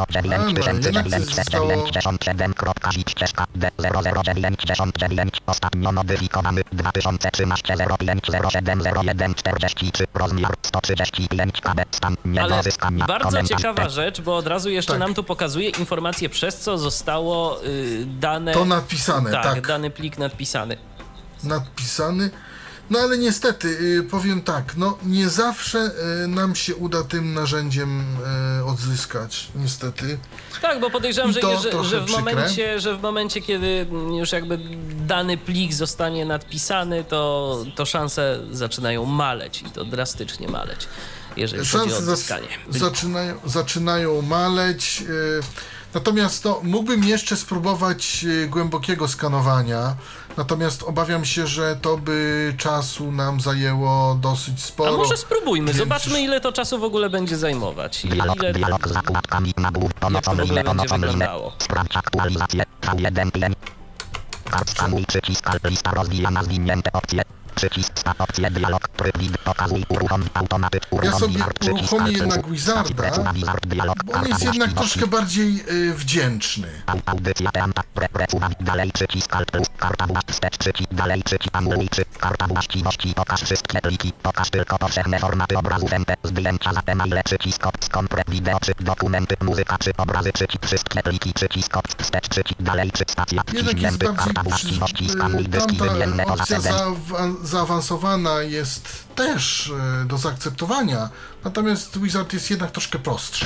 9997.wid ścieżka D00999 ostatnio modyfikowany 2013 05 07 01 43 rozmiar 135 KB stan nie do Ale odzyskania bardzo komentarz ciekawa rzecz, bo od razu jeszcze Tak. nam tu pokazuje informację, przez co zostało dane... To napisane, tak. dany plik nadpisany. Nadpisany. No ale niestety, powiem tak, no nie zawsze nam się uda tym narzędziem odzyskać, niestety. Tak, bo podejrzewam, I to że trochę w momencie, kiedy już jakby dany plik zostanie nadpisany, to szanse zaczynają maleć i to drastycznie maleć, jeżeli chodzi o Szanse odzyskanie. zaczynają maleć. Natomiast no, mógłbym jeszcze spróbować głębokiego skanowania, natomiast obawiam się, że to by czasu nam zajęło dosyć sporo. A może spróbujmy, więc zobaczmy ile to czasu w ogóle będzie zajmować. Dialog z zakładkami nagłów pomocą w ogóle linii, będzie pomocą linii. wyglądało? Sprawdź aktualizację V1 Kart skanuj przycisk Alt lista rozwijana zwinięte opcje. Przycisk stop opcje dialog. Tryb pokazuj uruchom automatyk. Ja sobie uruchomię jednak Wizarda, bo on jest jednak troszkę bardziej wdzięczny. Audycja teanta. Dalej przycisk alt plus. Karta wstecz przycisk. Dalej przycisk anuluj przycisk. Karta właściwości. Pokaż wszystkie pliki. Pokaż tylko powszechne formaty obrazów MP. Zdjęcia za emaile przycisk. Skompret wideo czy dokumenty. Muzyka czy obrazy przycisk. Wszystkie pliki przycisk. Wstecz przycisk. Dalej przycisk. Stacja. Jednak jest bardziej tamta opcja Za zaawansowana jest też do zaakceptowania, natomiast Wizard jest jednak troszkę prostszy.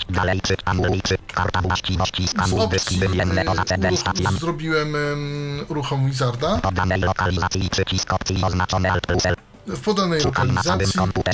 Z opcji zrobiłem uruchom Wizarda. W podanej lokalizacji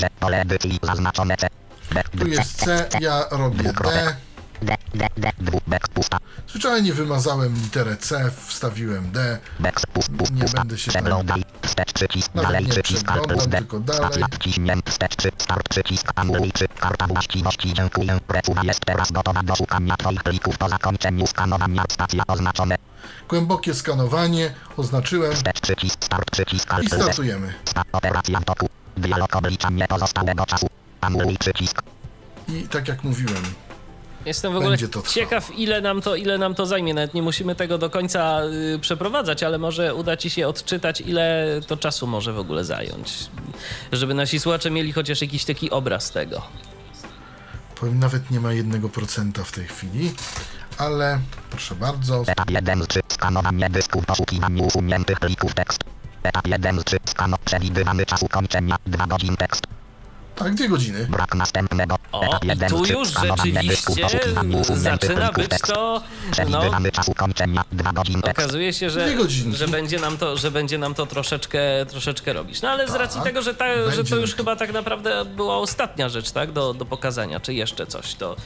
tu jest C, ja robię D. Zwyczajnie wymazałem literę C, wstawiłem D. Nie będę się tam... Nawet nie przeglądam, tylko dalej. Start przycisk anuluj karta właściwości. Dziękuję. Recuwa jest teraz gotowa do szukania twoich plików po zakończeniu skanowania. Stacja oznaczone. Głębokie skanowanie oznaczyłem i startujemy. Operacja w toku. Dialog obliczanie pozostałego czasu. Anuluj przycisk. I tak jak mówiłem, jestem w ogóle ciekaw, ile nam to zajmie. Nawet nie musimy tego do końca przeprowadzać, ale może uda ci się odczytać, ile to czasu może w ogóle zająć. Żeby nasi słuchacze mieli chociaż jakiś taki obraz tego. Powiem, nawet nie ma 1% w tej chwili, ale proszę bardzo. Etap 1 z 3. Skanowanie dysku w poszukiwaniu usuniętych plików tekst. Etap 1 z 3. Przewidywany czas ukończenia 2 godzin tekst. Tak, 2 godziny. Brak następnego. O, i tu już rzeczywiście zaczyna być to, no, okazuje się, że będzie nam to troszeczkę robić. No ale z racji tego, że to już chyba tak naprawdę była ostatnia rzecz, tak, do pokazania, czy jeszcze coś, to...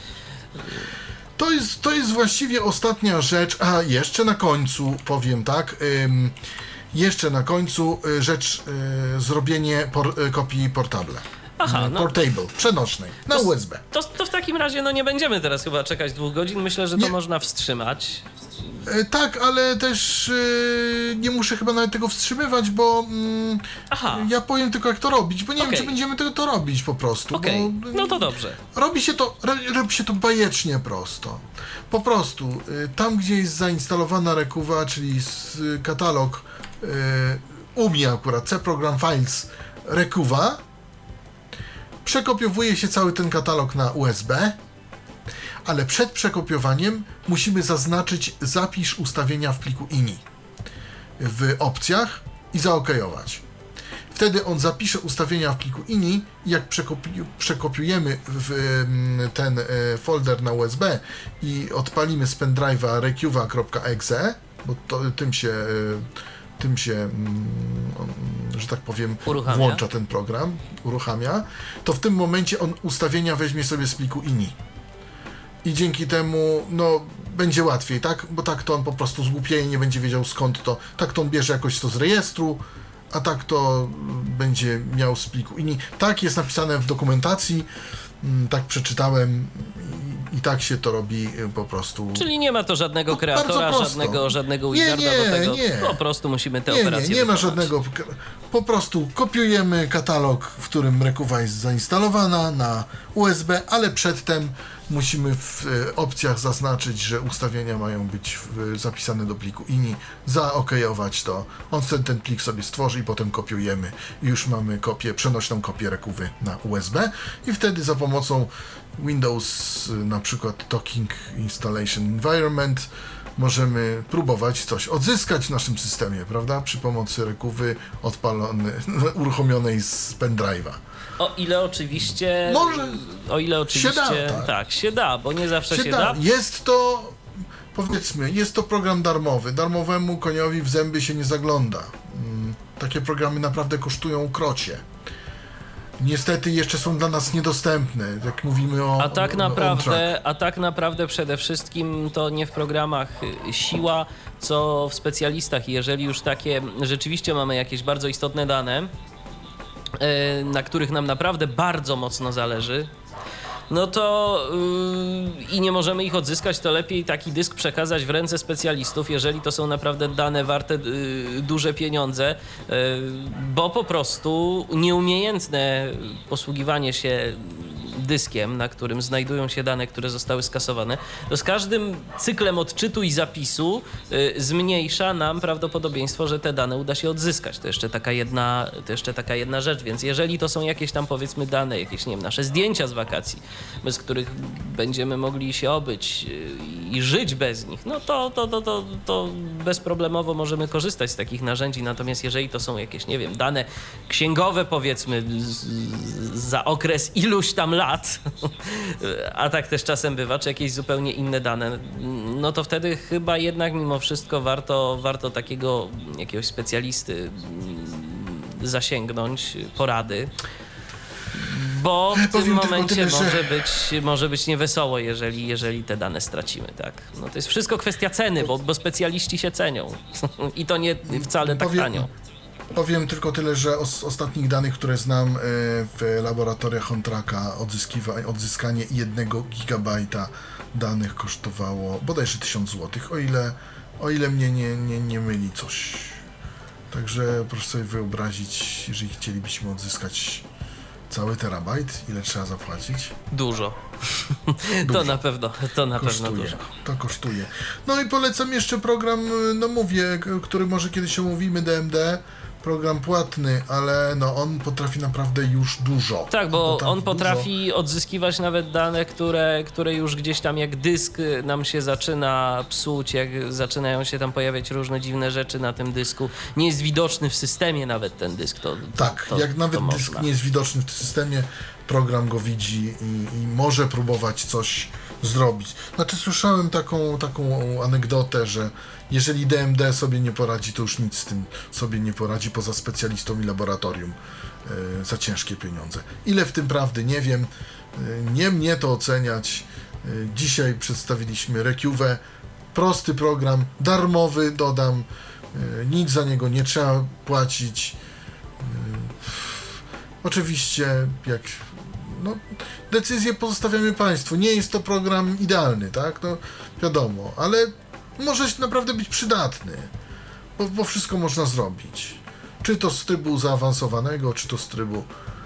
To jest właściwie ostatnia rzecz, a jeszcze na końcu powiem tak, jeszcze na końcu rzecz, zrobienie kopii portable. Aha, no. Portable, przenośnej, na USB. To w takim razie nie będziemy teraz chyba czekać 2 godzin, myślę, że to można wstrzymać. Tak, ale też nie muszę chyba nawet tego wstrzymywać, bo ja powiem tylko jak to robić, bo nie wiem, czy będziemy to robić po prostu. Okej, no to dobrze. Robi się to bajecznie prosto. Po prostu, tam gdzie jest zainstalowana Rekuwa, czyli katalog u mnie akurat, C Program Files Rekuwa, przekopiowuje się cały ten katalog na USB, ale przed przekopiowaniem musimy zaznaczyć zapisz ustawienia w pliku INI w opcjach i zaokejować. Wtedy on zapisze ustawienia w pliku INI i jak przekopiujemy w ten folder na USB i odpalimy z pendrive'a recuva.exe, bo tym się, że tak powiem, włącza ten program, uruchamia, to w tym momencie on ustawienia weźmie sobie z pliku INI. I dzięki temu, będzie łatwiej, tak? Bo tak to on po prostu zgłupieje, nie będzie wiedział skąd to. Tak to on bierze jakoś to z rejestru, a tak to będzie miał z pliku INI. Tak jest napisane w dokumentacji, tak przeczytałem i tak się to robi po prostu. Czyli nie ma to żadnego kreatora, żadnego wizarda do tego. Nie. Po prostu musimy te operacje nie ma żadnego. Po prostu kopiujemy katalog, w którym Rekuwa jest zainstalowana na USB, ale przedtem musimy w opcjach zaznaczyć, że ustawienia mają być zapisane do pliku INI, zaokejować to. On wtedy ten plik sobie stworzy i potem kopiujemy. I już mamy przenośną kopię Rekuwy na USB i wtedy za pomocą Windows, na przykład Docking Installation Environment, możemy próbować coś odzyskać w naszym systemie, prawda? Przy pomocy Rekuwy uruchomionej z pendrive'a. O ile oczywiście się da, tak, się da, bo nie zawsze się da. Jest to, powiedzmy, jest to program darmowy. Darmowemu koniowi w zęby się nie zagląda. Takie programy naprawdę kosztują krocie. Niestety jeszcze są dla nas niedostępne, jak mówimy o A tak naprawdę przede wszystkim to nie w programach siła, co w specjalistach. Jeżeli już takie rzeczywiście mamy jakieś bardzo istotne dane, na których nam naprawdę bardzo mocno zależy, no to i nie możemy ich odzyskać, to lepiej taki dysk przekazać w ręce specjalistów, jeżeli to są naprawdę dane warte duże pieniądze, bo po prostu nieumiejętne posługiwanie się dyskiem, na którym znajdują się dane, które zostały skasowane, to z każdym cyklem odczytu i zapisu zmniejsza nam prawdopodobieństwo, że te dane uda się odzyskać. To jeszcze taka jedna rzecz, więc jeżeli to są jakieś tam, powiedzmy, dane, jakieś, nie wiem, nasze zdjęcia z wakacji, bez których będziemy mogli się obyć i żyć bez nich, no to bezproblemowo możemy korzystać z takich narzędzi. Natomiast jeżeli to są jakieś, nie wiem, dane księgowe, powiedzmy, za okres iluś tam lat, a tak też czasem bywa, czy jakieś zupełnie inne dane, no to wtedy chyba jednak mimo wszystko warto takiego jakiegoś specjalisty zasięgnąć, porady, bo w tym momencie może być niewesoło, jeżeli te dane stracimy, tak? No to jest wszystko kwestia ceny, bo specjaliści się cenią i to nie wcale tak tanio. Powiem tylko tyle, że z ostatnich danych, które znam, w laboratoriach OnTracka odzyskanie 1 gigabajta danych kosztowało bodajże 1000 zł, o ile mnie nie myli coś. Także proszę sobie wyobrazić, jeżeli chcielibyśmy odzyskać cały terabajt, ile trzeba zapłacić? Dużo. To na pewno dużo. To kosztuje. No i polecam jeszcze program, no mówię, który może kiedyś omówimy, DMD. Program płatny, ale no on potrafi naprawdę już dużo. Tak, bo on potrafi odzyskiwać nawet dane, które już gdzieś tam jak dysk nam się zaczyna psuć, jak zaczynają się tam pojawiać różne dziwne rzeczy na tym dysku. Nie jest widoczny w systemie nawet ten dysk. Jak nawet dysk nie jest widoczny w tym systemie, program go widzi i może próbować coś zrobić. Znaczy słyszałem taką anegdotę, że jeżeli DMD sobie nie poradzi, to już nic z tym sobie nie poradzi poza specjalistą i laboratorium za ciężkie pieniądze. Ile w tym prawdy, nie wiem, nie mnie to oceniać. Dzisiaj przedstawiliśmy Recuve, prosty program, darmowy, dodam, nic za niego nie trzeba płacić. Oczywiście, decyzję pozostawiamy Państwu. Nie jest to program idealny, tak? No wiadomo, ale może naprawdę być przydatny, bo wszystko można zrobić. Czy to z trybu zaawansowanego, czy to z trybu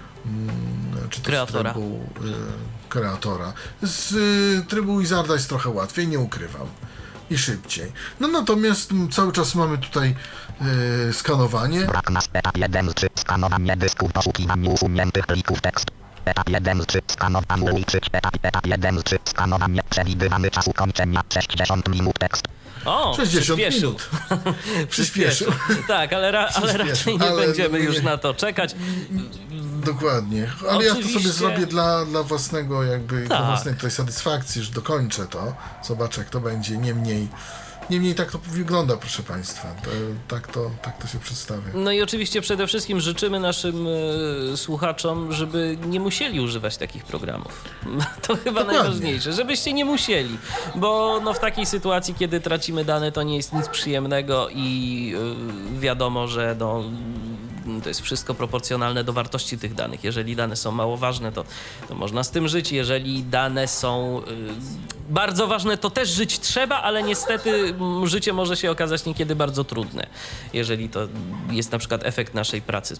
kreatora. Z trybu Wizarda jest trochę łatwiej, nie ukrywam. I szybciej. No natomiast cały czas mamy tutaj skanowanie. Brak nas etap 1 z 3, skanowanie dysków, poszukiwanie usuniętych plików tekstu. Etap 1 z 3, skanowanie liczyć. Etap 1 z 3, skanowanie, przewidywany czas ukończenia 60 minut tekst. O, 60 minut. Przyspieszył. Tak, ale raczej nie będziemy już na to czekać. Dokładnie, ale oczywiście. Ja to sobie zrobię dla własnego dla własnej tutaj satysfakcji, że dokończę to. Zobaczę, jak to będzie, Niemniej tak to wygląda, proszę Państwa. Tak to się przedstawia. No i oczywiście przede wszystkim życzymy naszym słuchaczom, żeby nie musieli używać takich programów. To chyba dokładnie. Najważniejsze, żebyście nie musieli, bo w takiej sytuacji, kiedy tracimy dane, to nie jest nic przyjemnego i wiadomo, że to jest wszystko proporcjonalne do wartości tych danych. Jeżeli dane są mało ważne, to można z tym żyć. Jeżeli dane są bardzo ważne, to też żyć trzeba, ale niestety życie może się okazać niekiedy bardzo trudne. Jeżeli to jest na przykład efekt naszej pracy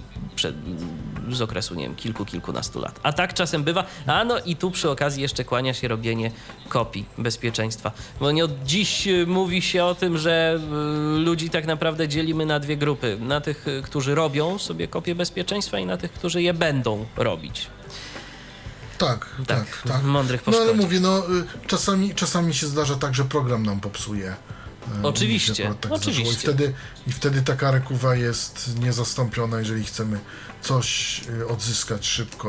z okresu, nie wiem, kilkunastu lat. A tak czasem bywa. No i tu przy okazji jeszcze kłania się robienie kopii bezpieczeństwa. Bo nie od dziś mówi się o tym, że ludzi tak naprawdę dzielimy na dwie grupy. Na tych, którzy robią sobie kopie bezpieczeństwa i na tych, którzy je będą robić. Tak. Mądrych poszkodzi. No ale mówię, czasami się zdarza tak, że program nam popsuje. Oczywiście. I wtedy taka rekuwa jest niezastąpiona, jeżeli chcemy coś odzyskać szybko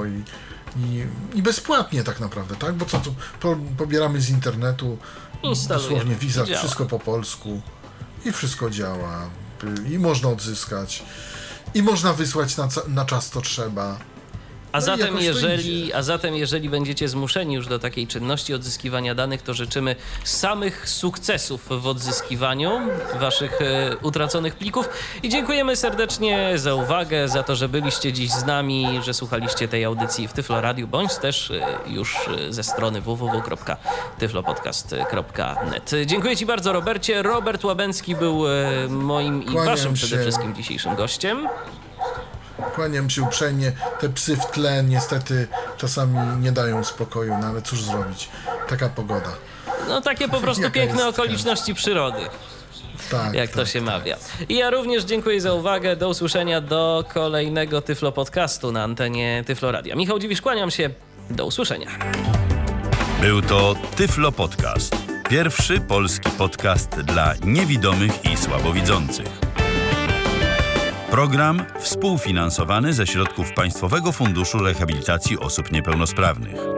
i bezpłatnie tak naprawdę, tak? Bo co tu pobieramy z internetu, dosłownie Wizard, wszystko po polsku i wszystko działa i można odzyskać i można wysłać na czas to trzeba. A zatem, jakoś to idzie. jeżeli będziecie zmuszeni już do takiej czynności odzyskiwania danych, to życzymy samych sukcesów w odzyskiwaniu waszych utraconych plików i dziękujemy serdecznie za uwagę, za to, że byliście dziś z nami, że słuchaliście tej audycji w Tyflo Radiu, bądź też już ze strony www.tyflopodcast.net. Dziękuję ci bardzo, Robercie. Robert Łabęcki był moim i waszym przede wszystkim dzisiejszym gościem. Kłaniam się uprzejmie. Te psy w tle niestety czasami nie dają spokoju, no ale cóż zrobić. Taka pogoda. No takie po prostu Jaka piękne jest okoliczności przyrody. Tak, Jak to się mawia. I ja również dziękuję za uwagę. Do usłyszenia do kolejnego Tyflo Podcastu na antenie Tyflo Radia. Michał Dziwisz, kłaniam się. Do usłyszenia. Był to Tyflo Podcast. Pierwszy polski podcast dla niewidomych i słabowidzących. Program współfinansowany ze środków Państwowego Funduszu Rehabilitacji Osób Niepełnosprawnych.